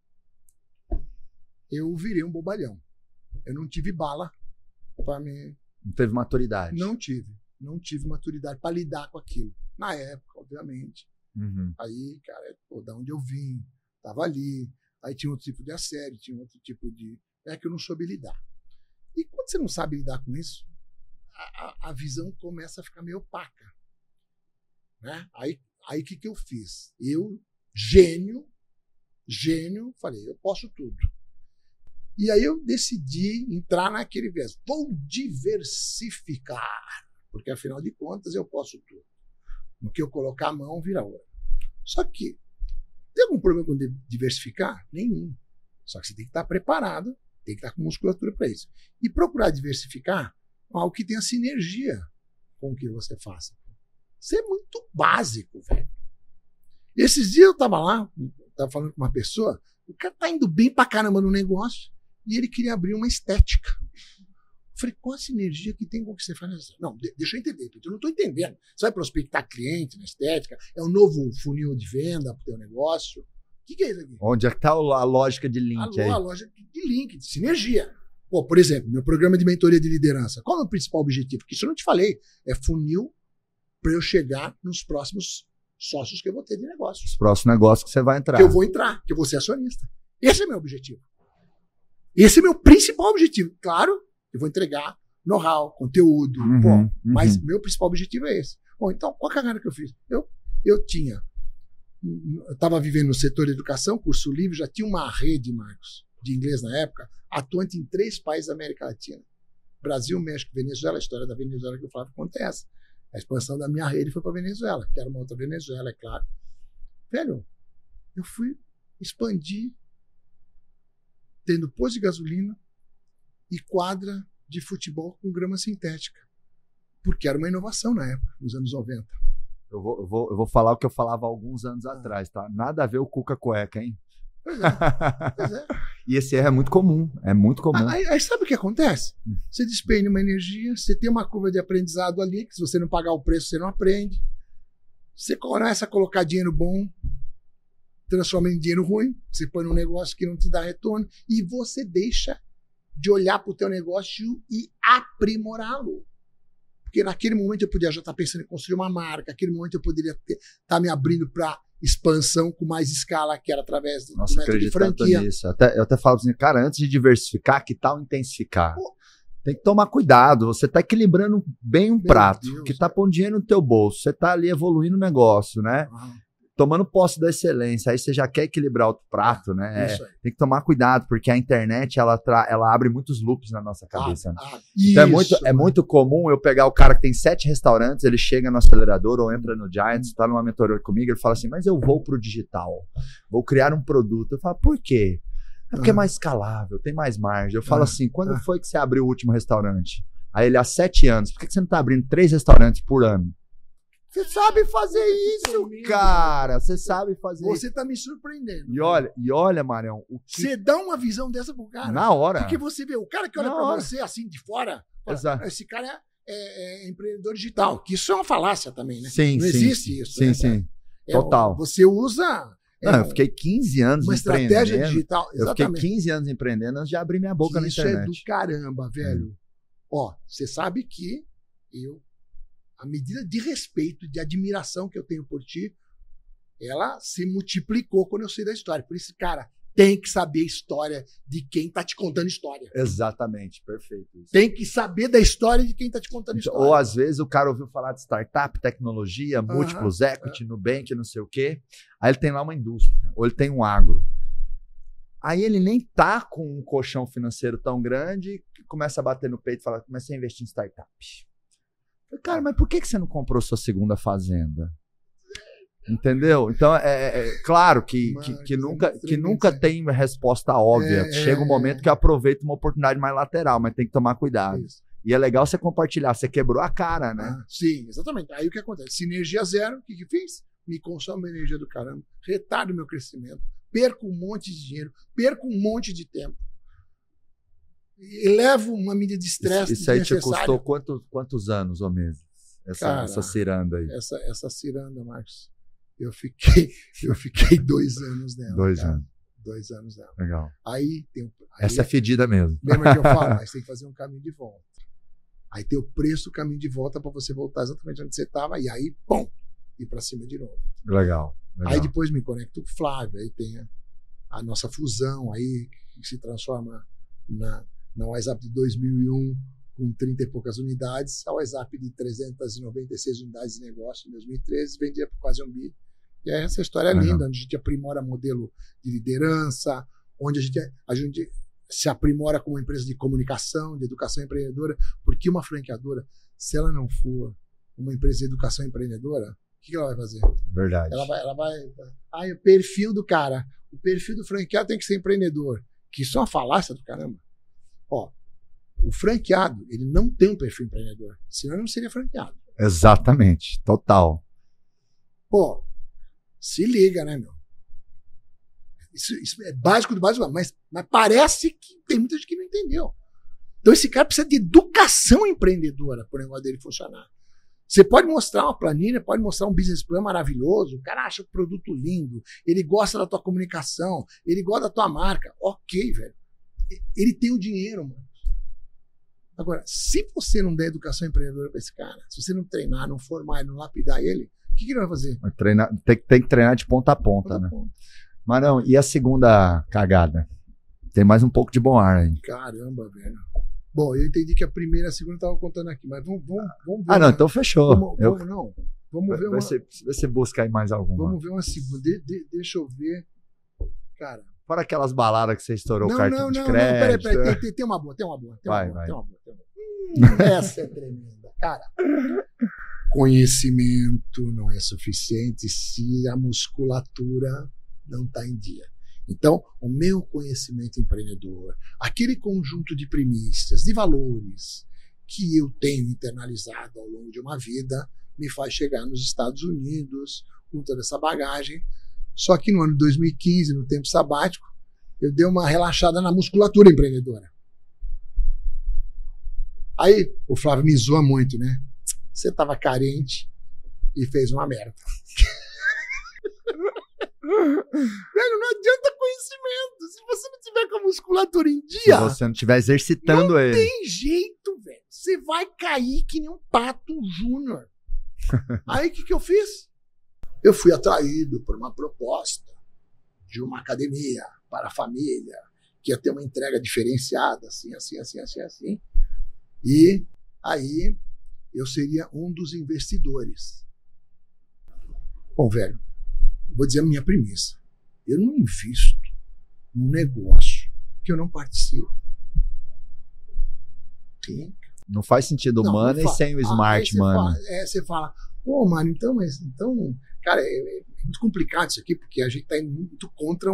eu virei um bobalhão. Eu não tive bala para me... Não teve maturidade. Não tive maturidade para lidar com aquilo. Na época, obviamente. Uhum. Aí, cara, da onde eu vim, tava ali. Aí tinha outro tipo de assédio, tinha outro tipo de... que eu não soube lidar. E quando você não sabe lidar com isso, a visão começa a ficar meio opaca. Né? Aí o que eu fiz? Eu, gênio, falei, eu posso tudo. E aí eu decidi entrar naquele viés. Vou diversificar, porque afinal de contas eu posso tudo. No que eu colocar a mão, vira ouro. Só que, tem algum problema com diversificar? Nenhum. Só que você tem que estar preparado, tem que estar com musculatura para isso. E procurar diversificar algo que tenha sinergia com o que você faça. Isso é muito básico, velho. Esses dias eu estava lá, estava falando com uma pessoa, o cara tá indo bem pra caramba no negócio, e ele queria abrir uma estética. Eu falei, qual a sinergia que tem com o que você faz? Não, deixa eu entender, eu não estou entendendo. Você vai prospectar cliente na estética? É um novo funil de venda para o teu negócio? O que é isso aqui? Onde é que está a lógica de link aí? A lógica de link, de sinergia. Pô, por exemplo, meu programa de mentoria de liderança. Qual é o principal objetivo? Porque isso eu não te falei. É funil para eu chegar nos próximos sócios que eu vou ter de negócio. Os próximos negócios que você vai entrar. Que eu vou entrar, que eu vou ser acionista. Esse é meu objetivo. Esse é meu principal objetivo. Claro, eu vou entregar know-how, conteúdo, mas meu principal objetivo é esse. Bom, então, qual a cagada que eu fiz? Eu estava vivendo no setor de educação, curso livre, já tinha uma rede, Marcos, de inglês na época, atuante em 3 países da América Latina. Brasil, México, Venezuela. A história da Venezuela que eu falava acontece. A expansão da minha rede foi para Venezuela, que era uma outra Venezuela, é claro. Velho, eu fui expandir tendo posto de gasolina e quadra de futebol com grama sintética. Porque era uma inovação na época, nos anos 90. Eu vou falar o que eu falava há alguns anos atrás, tá? Nada a ver o Cuca Cueca, hein? Pois é. E esse erro é muito comum. Aí sabe o que acontece? Você despende uma energia, você tem uma curva de aprendizado ali, que se você não pagar o preço, você não aprende. Você começa a colocar dinheiro bom, transforma em dinheiro ruim, você põe num negócio que não te dá retorno, e você deixa de olhar para o teu negócio e aprimorá-lo. Porque naquele momento eu podia já estar pensando em construir uma marca, naquele momento eu poderia estar me abrindo para expansão com mais escala, que era através do método de franquia. Nisso. Eu até falo assim, cara, antes de diversificar, que tal intensificar? Tem que tomar cuidado, você está equilibrando bem um prato, que está pondo dinheiro no teu bolso, você está ali evoluindo o negócio, né? Tomando posse da excelência, aí você já quer equilibrar o prato, né? Tem que tomar cuidado, porque a internet, ela abre muitos loops na nossa cabeça. Então é muito comum eu pegar o cara que tem 7 restaurantes, ele chega no acelerador ou entra no Giants, tá numa mentoria comigo, ele fala assim, mas eu vou pro digital, vou criar um produto. Eu falo, por quê? É porque é mais escalável, tem mais margem. Eu falo assim, quando foi que você abriu o último restaurante? Aí ele, há 7 anos. Por que você não tá abrindo 3 restaurantes por ano? Você sabe fazer isso, cara. Você sabe fazer isso. Você tá me surpreendendo. E olha, Marião. Você dá uma visão dessa pro cara. Na hora. Porque você vê, o cara que olha pra você assim de fora, fala, esse cara é empreendedor digital. Que isso é uma falácia também, né? Sim, não existe isso. Sim. Total. Você usa... eu fiquei 15 anos uma empreendendo. Uma estratégia digital, exatamente. Eu fiquei 15 anos empreendendo antes de abrir minha boca na internet. Isso é do caramba, velho. Você sabe que a medida de respeito, de admiração que eu tenho por ti, ela se multiplicou quando eu sei da história. Por isso, cara, tem que saber a história de quem está te contando história. Exatamente, perfeito. Isso. Tem que saber da história de quem está te contando história. Ou às vezes o cara ouviu falar de startup, tecnologia, múltiplos equity, Nubank, não sei o quê. Aí ele tem lá uma indústria, ou ele tem um agro. Aí ele nem tá com um colchão financeiro tão grande, que começa a bater no peito e fala, comecei a investir em startup. Cara, mas por que você não comprou sua segunda fazenda? Entendeu? Então, claro que nunca tem resposta óbvia. Chega um momento que eu aproveito uma oportunidade mais lateral, mas tem que tomar cuidado. Isso. E é legal você compartilhar. Você quebrou a cara, né? Sim, exatamente. Aí o que acontece? Sinergia zero, o que fiz? Me consome a energia do caramba, retardo o meu crescimento, perco um monte de dinheiro, perco um monte de tempo. E levo uma medida de estresse. Isso aí te custou quantos anos ou meses? Essa ciranda aí. Essa ciranda, Marcos. Eu fiquei 2 anos nela. 2 anos. 2 anos nela. Legal. Aí essa é fedida mesmo. Lembra que eu falo? Mas tem que fazer um caminho de volta. Aí tem o preço do caminho de volta para você voltar exatamente onde você estava. E aí, pum, ir para cima de novo. Legal. Aí depois me conecto com o Flávio. Aí tem a nossa fusão aí, que se transforma na WhatsApp de 2001, com 30 e poucas unidades. A WhatsApp de 396 unidades de negócio em 2013, vendia por quase 1 bi. E aí essa história é linda, onde a gente aprimora modelo de liderança, onde a gente se aprimora como empresa de comunicação, de educação empreendedora, porque uma franqueadora, se ela não for uma empresa de educação empreendedora, o que ela vai fazer? Verdade. Ela vai... o perfil do cara, o perfil do franqueado tem que ser empreendedor, que isso é uma falácia do caramba. Ó, o franqueado, ele não tem um perfil empreendedor, senão ele não seria franqueado. Exatamente, total. Pô, se liga, né, meu? Isso é básico do básico, mas parece que tem muita gente que não entendeu. Então esse cara precisa de educação empreendedora para o negócio dele funcionar. Você pode mostrar uma planilha, pode mostrar um business plan maravilhoso, o cara acha o produto lindo, ele gosta da tua comunicação, ele gosta da tua marca. Ok, velho. Ele tem o dinheiro, mano. Agora, se você não der educação empreendedora para esse cara, se você não treinar, não formar, não lapidar ele, o que ele vai fazer? Tem que treinar de ponta a ponta, né? Marão, e a segunda cagada? Tem mais um pouco de bom ar aí. Caramba, velho. Bom, eu entendi que a primeira e a segunda eu estava contando aqui, mas vamos ver. Não, então fechou. Vamos ver uma... Você busca aí mais alguma. Vamos ver uma segunda. Deixa eu ver. Cara... Fora aquelas baladas que você estourou o cartão de crédito. Não, peraí. Tem uma boa. Vai. Essa é tremenda. Cara, conhecimento não é suficiente se a musculatura não está em dia. Então, o meu conhecimento empreendedor, aquele conjunto de premissas, de valores que eu tenho internalizado ao longo de uma vida, me faz chegar nos Estados Unidos com toda essa bagagem. Só que no ano de 2015, no tempo sabático, eu dei uma relaxada na musculatura empreendedora. Aí o Flávio me zoa muito, né? Você estava carente e fez uma merda. Velho, não adianta conhecimento. Se você não tiver com a musculatura em dia... Se você não estiver exercitando ele. Não tem jeito, velho. Você vai cair que nem um pato júnior. Aí o que eu fiz? Eu fui atraído por uma proposta de uma academia para a família, que ia ter uma entrega diferenciada, assim. E aí eu seria um dos investidores. Bom, velho, vou dizer a minha premissa. Eu não invisto num negócio que eu não participo. Sim. Não faz sentido o money sem o smart money. Você fala, pô, mano, então, cara, é muito complicado isso aqui, porque a gente está indo muito contra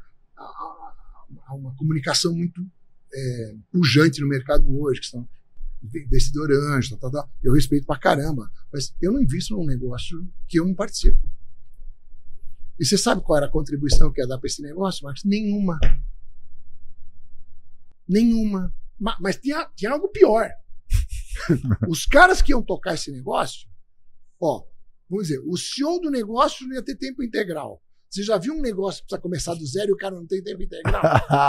uma comunicação muito pujante no mercado hoje, que são investidor anjo, tal. Eu respeito pra caramba, mas eu não invisto num negócio que eu não participo. E você sabe qual era a contribuição que ia dar para esse negócio, Marcos? Nenhuma. Mas tinha algo pior. Os caras que iam tocar esse negócio, vamos dizer, o CEO do negócio não ia ter tempo integral. Você já viu um negócio que precisa começar do zero e o cara não tem tempo integral?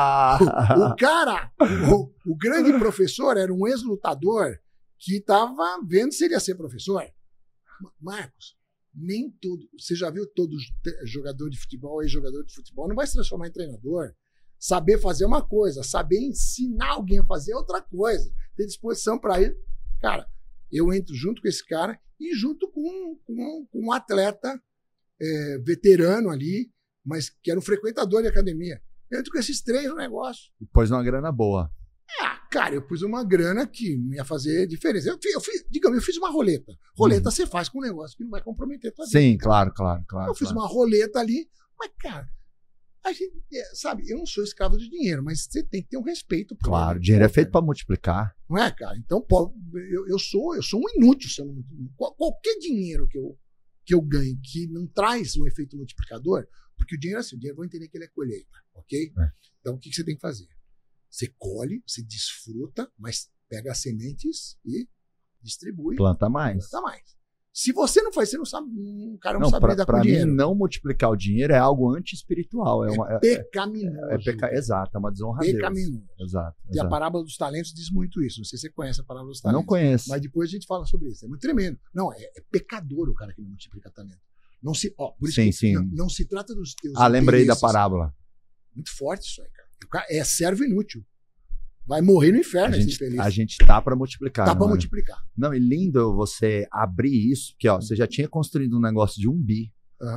O grande professor era um ex-lutador que estava vendo se ele ia ser professor. Marcos, nem todo. Você já viu todo jogador de futebol, ex-jogador de futebol, não vai se transformar em treinador. Saber fazer uma coisa, saber ensinar alguém a fazer outra coisa, ter disposição para ir. Cara, eu entro junto com esse cara e junto com um atleta veterano ali, mas que era um frequentador de academia. Eu entro com esses 3 no negócio. E pôs uma grana boa. Cara, eu pus uma grana que ia fazer diferença. Eu fiz uma roleta. Roleta você faz com um negócio que não vai comprometer a tua vida. Sim, claro. Eu fiz uma roleta ali, mas, cara, a gente, sabe, eu não sou escravo do dinheiro, mas você tem que ter um respeito. Claro, dinheiro é feito para multiplicar. Não é, cara? Então, eu sou um inútil. Qualquer dinheiro que eu ganhe que não traz um efeito multiplicador, porque o dinheiro é assim, o dinheiro, vou entender que ele é colheita, ok? Então, o que você tem que fazer? Você colhe, você desfruta, mas pega as sementes e distribui. Planta mais. Se você não faz, você não sabe, o cara não sabe lidar com o dinheiro. Para mim, não multiplicar o dinheiro é algo anti-espiritual. É pecaminoso. Exato, é uma desonra a Deus. Pecaminoso. Exato. E a parábola dos talentos diz muito isso. Não sei se você conhece a parábola dos talentos. Não conheço. Mas depois a gente fala sobre isso. É muito tremendo. Não, é pecador o cara que não multiplica talento. Não se, por isso sim. Não se trata dos teus lembrei da parábola. Muito forte isso aí, cara. O cara é servo inútil. Vai morrer no inferno esse infeliz. A gente tá para multiplicar. Tá para multiplicar. Não, e lindo você abrir isso, porque você já tinha construído um negócio de 1 bi,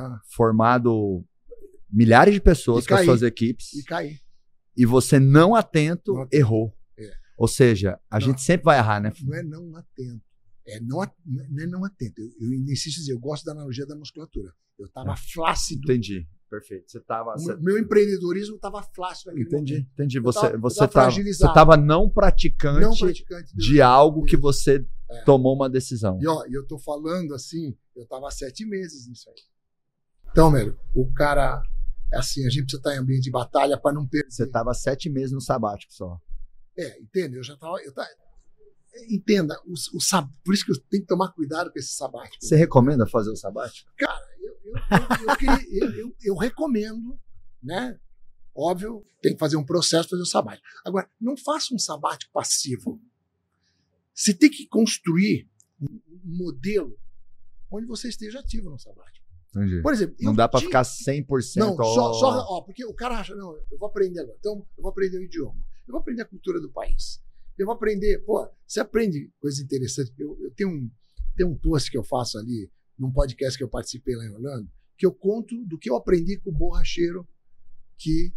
formado milhares de pessoas com as suas equipes. E cair. E você não atento, errou. Ou seja, a gente sempre vai errar, né? Não é não atento. Não é não atento. Eu insisto em dizer, eu gosto da analogia da musculatura. Eu tava flácido. Entendi. Perfeito. Meu empreendedorismo estava flácido naquele momento. Entendi. Você estava não praticante de algo que você tomou uma decisão. E eu tô falando assim, eu estava há 7 meses nisso aí. Então, velho, o cara, assim, a gente precisa estar em ambiente de batalha para não perder. Você estava 7 meses no sabático só. Entende? Entenda, por isso que eu tenho que tomar cuidado com esse sabático. Você recomenda fazer o sabático? Cara, eu recomendo, né? Óbvio, tem que fazer um processo para fazer o sabático. Agora, não faça um sabático passivo. Você tem que construir um modelo onde você esteja ativo no sabático. Entendi. Por exemplo, não dá para ficar 100%. Não, porque o cara acha, não, eu vou aprender agora. Então, eu vou aprender o idioma. Eu vou aprender a cultura do país. Eu vou aprender, você aprende coisas interessantes. Eu tenho um post que eu faço ali, num podcast que eu participei lá em Orlando, que eu conto do que eu aprendi com o borracheiro que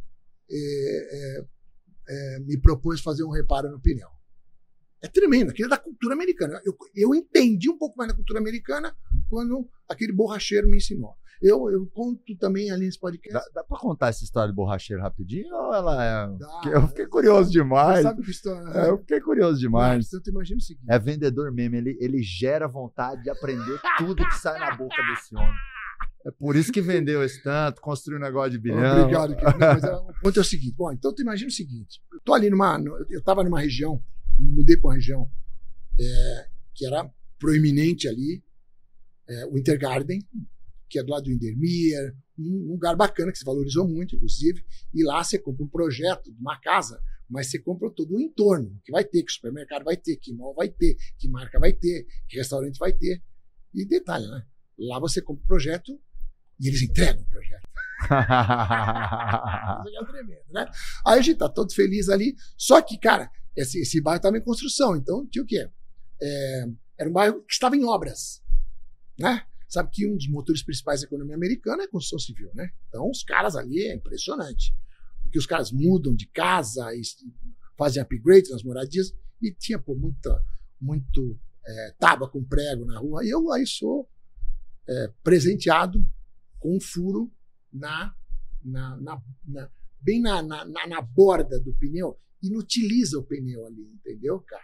me propôs fazer um reparo no pneu. É tremendo, aquilo é da cultura americana. Eu entendi um pouco mais da cultura americana quando aquele borracheiro me ensinou. Eu conto também ali nesse podcast. Dá pra contar essa história do borracheiro rapidinho? Ou ela é... Eu fiquei curioso demais. Sabe que história, né? Eu fiquei curioso demais. Então, tu imagina o seguinte. É vendedor mesmo, ele gera vontade de aprender tudo que sai na boca desse homem. É por isso que vendeu esse tanto, construiu um negócio de bilhão. Obrigado. Mas o ponto é o seguinte. Bom, então tu imagina o seguinte. Eu tô ali eu tava numa região, mudei para uma região que era proeminente ali, o Intergarden, que é do lado do Indermir, um lugar bacana que se valorizou muito, inclusive, e lá você compra um projeto de uma casa, mas você compra todo o entorno, que vai ter, que supermercado vai ter, que mall vai ter, que marca vai ter, que restaurante vai ter. E detalhe, né? Lá você compra o projeto e eles entregam o projeto. Isso é tremendo, né? Aí a gente tá todo feliz ali, só que, cara, esse bairro estava em construção, então tinha o quê? Era um bairro que estava em obras, né? Sabe que um dos motores principais da economia americana é a construção civil, né? Então, os caras ali é impressionante. Porque os caras mudam de casa, e fazem upgrades nas moradias, e tinha muito tábua com prego na rua. E eu aí sou presenteado com um furo bem na borda do pneu. Inutiliza o pneu ali, entendeu, cara?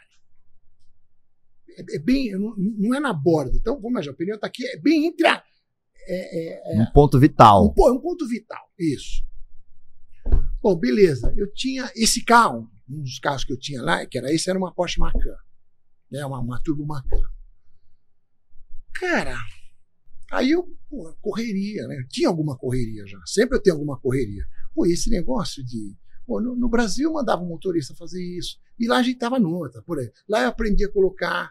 Não é na borda. Então, vamos imaginar, o pneu está aqui, é bem entre um ponto vital. Um ponto vital, isso. Bom, beleza. Eu tinha esse carro, um dos carros que eu tinha lá, era uma Porsche Macan, né, uma Turbo Macan. Cara, aí eu, correria, né? Eu tinha alguma correria já. Sempre eu tenho alguma correria. Esse negócio de... no Brasil eu mandava um motorista fazer isso. E lá a gente estava noutra, por aí. Lá eu aprendi a colocar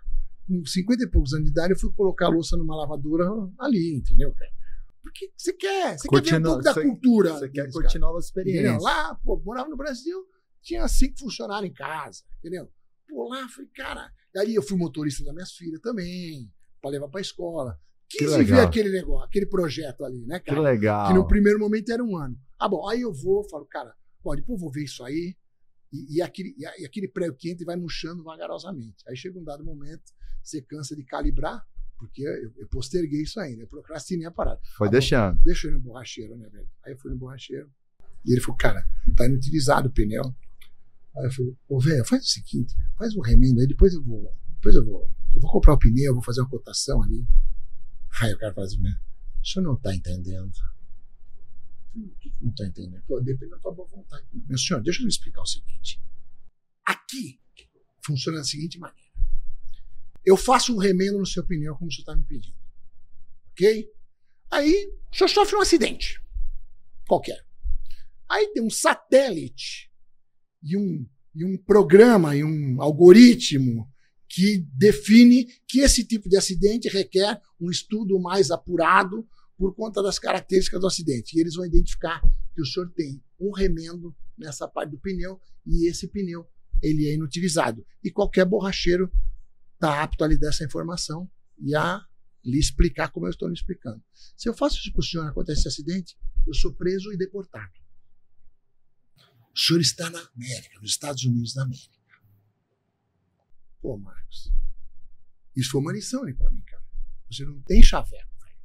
com 50 e poucos anos de idade, eu fui colocar a louça numa lavadora ali, entendeu, cara? Porque você quer ver um pouco da cultura. Você quer curtir novas experiências. Lá, pô, morava no Brasil, tinha 5 funcionários em casa, entendeu? Pô, lá, falei, cara... Aí eu fui motorista das minhas filhas também, para levar para a escola. Quis ver aquele negócio, aquele projeto ali, né, cara? Que legal. Que no primeiro momento era 1 ano. Ah, bom, aí eu falo, cara, bom, depois eu vou ver isso aí, e aquele prego que entra e vai murchando vagarosamente. Aí chega um dado momento, você cansa de calibrar, porque eu posterguei isso ainda, eu procrastinei a parada. Foi deixando. Deixa eu ir no borracheiro, né, velho? Aí eu fui no borracheiro, e ele falou, cara, tá inutilizado o pneu. Aí eu falei, ô, velho, faz o seguinte, faz um remendo aí, depois eu vou comprar o pneu, vou fazer uma cotação ali. Aí o cara fala assim, o senhor não tá entendendo. Por que não tá entendendo? Pô, depende da tua boa vontade. Meu senhor, deixa eu lhe explicar o seguinte. Aqui funciona da seguinte maneira. Eu faço um remendo no seu pneu como o senhor está me pedindo. Ok? Aí o senhor sofre um acidente. Qualquer. Aí tem um satélite e um programa e um algoritmo que define que esse tipo de acidente requer um estudo mais apurado por conta das características do acidente. E eles vão identificar que o senhor tem um remendo nessa parte do pneu e esse pneu ele é inutilizado. E qualquer borracheiro está apto a lhe dar essa informação e a lhe explicar como eu estou lhe explicando. Se eu faço isso para o senhor, acontece esse acidente, eu sou preso e deportado. O senhor está na América, nos Estados Unidos da América. Pô, Marcos, isso foi uma lição para mim, cara. Você não tem chaveco, velho.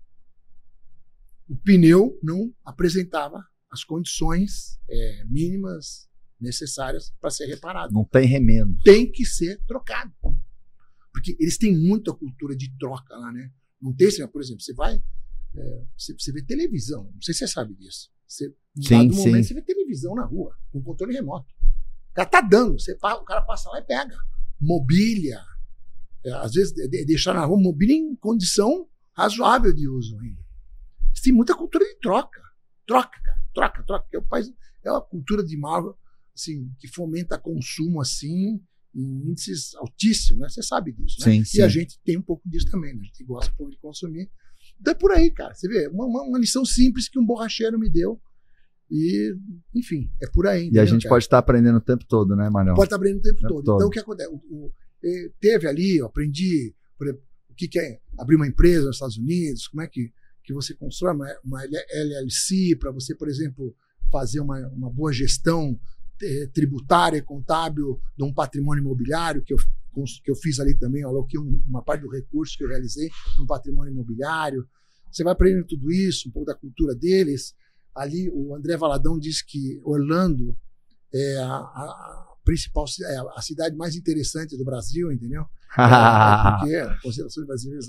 O pneu não apresentava as condições mínimas necessárias para ser reparado. Não tem remendo. Tem que ser trocado. Porque eles têm muita cultura de troca lá, né? Não tem, por exemplo, você vai... você vê televisão, não sei se você sabe disso. No momento você vê televisão na rua, com controle remoto. O cara tá dando, o cara passa lá e pega. Mobília, às vezes deixar na rua mobília em condição razoável de uso ainda. Tem muita cultura de troca. Troca, cara. Troca. É uma cultura de Marvel assim, que fomenta consumo assim, em índices altíssimos, né? Você sabe disso, né? Sim. E a gente tem um pouco disso também, né? A gente gosta um pouco de consumir. Então é por aí, cara. Você vê, uma lição simples que um borracheiro me deu. E, enfim, é por aí. E a gente pode estar aprendendo o tempo todo, né, Manel? Pode estar aprendendo o tempo todo. Então, o que acontece? Teve ali, eu aprendi o que é abrir uma empresa nos Estados Unidos, como é que você constrói uma LLC para você, por exemplo, fazer uma boa gestão tributária e contábil de um patrimônio imobiliário, que eu fiz ali também, eu aloquei uma parte do recurso que eu realizei no patrimônio imobiliário. Você vai aprendendo tudo isso, um pouco da cultura deles. Ali o André Valadão diz que Orlando é a principal, a cidade mais interessante do Brasil, entendeu? Porque a consideração brasileira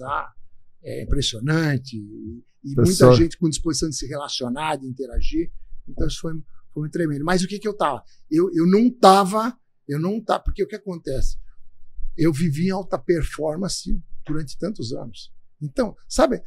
é impressionante e muita gente com disposição de se relacionar, de interagir. Então isso foi muito tremendo. Mas o que eu estava? Eu não estava, porque o que acontece? Eu vivi em alta performance durante tantos anos. Então, sabe...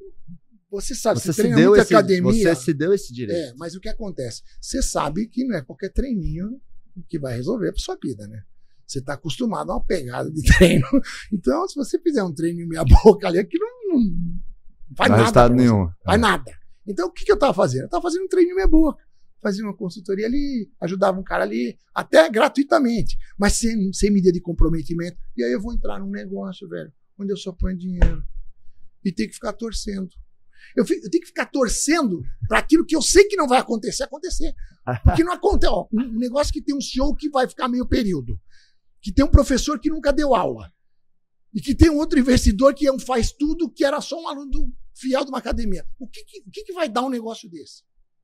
Você sabe, você treina muita academia. Você se deu esse direito. Mas o que acontece? Você sabe que não é qualquer treininho que vai resolver para sua vida, né? Você está acostumado a uma pegada de treino. Então, se você fizer um treino meia boca ali, aquilo não faz nada. Resultado nenhum. Faz nada. Então, o que eu estava fazendo? Eu estava fazendo um treino meia boca. Fazia uma consultoria ali, ajudava um cara ali, até gratuitamente, mas sem medida de comprometimento. E aí eu vou entrar num negócio, velho, onde eu só ponho dinheiro. E tenho que ficar torcendo. Eu tenho que ficar torcendo para aquilo que eu sei que não vai acontecer. Porque não acontece. Ó, um negócio que tem um show que vai ficar meio período, que tem um professor que nunca deu aula, e que tem um outro investidor que faz tudo, que era só um aluno fiel de uma academia. O que vai dar um negócio desse?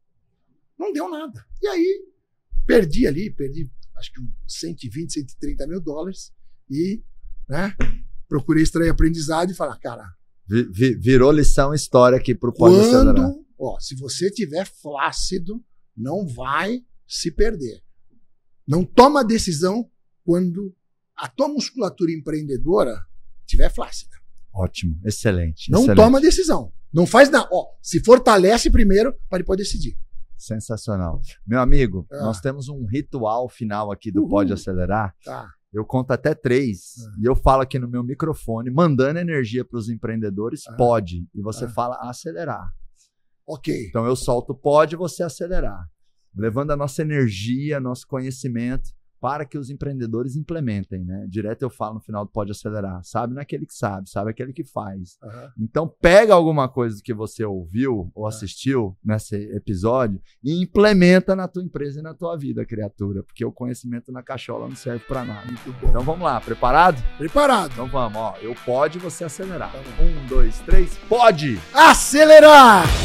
Não deu nada. E aí, perdi acho que 120, 130 mil dólares e, né, procurei extrair aprendizado e falar, cara... Virou lição história aqui para o Pode Acelerar. Se você tiver flácido, não vai se perder. Não toma decisão quando a tua musculatura empreendedora estiver flácida. Ótimo, excelente. Não toma decisão. Não faz nada. Se fortalece primeiro para depois decidir. Sensacional. Meu amigo, nós temos um ritual final aqui do Pode Acelerar. Tá. eu conto até 3 e eu falo aqui no meu microfone, mandando energia para os empreendedores, pode. E você fala acelerar. Ok. Então eu solto pode, você acelerar. Levando a nossa energia, nosso conhecimento para que os empreendedores implementem, né? Direto eu falo no final do pode acelerar. Sabe naquele que sabe aquele que faz. Então pega alguma coisa que você ouviu ou assistiu nesse episódio e implementa na tua empresa e na tua vida, criatura. Porque o conhecimento na cachola não serve para nada. Muito bom. Então vamos lá, preparado? Preparado. Então vamos, ó. Eu pode, você acelerar. 1, 2, 3, pode! Acelerar!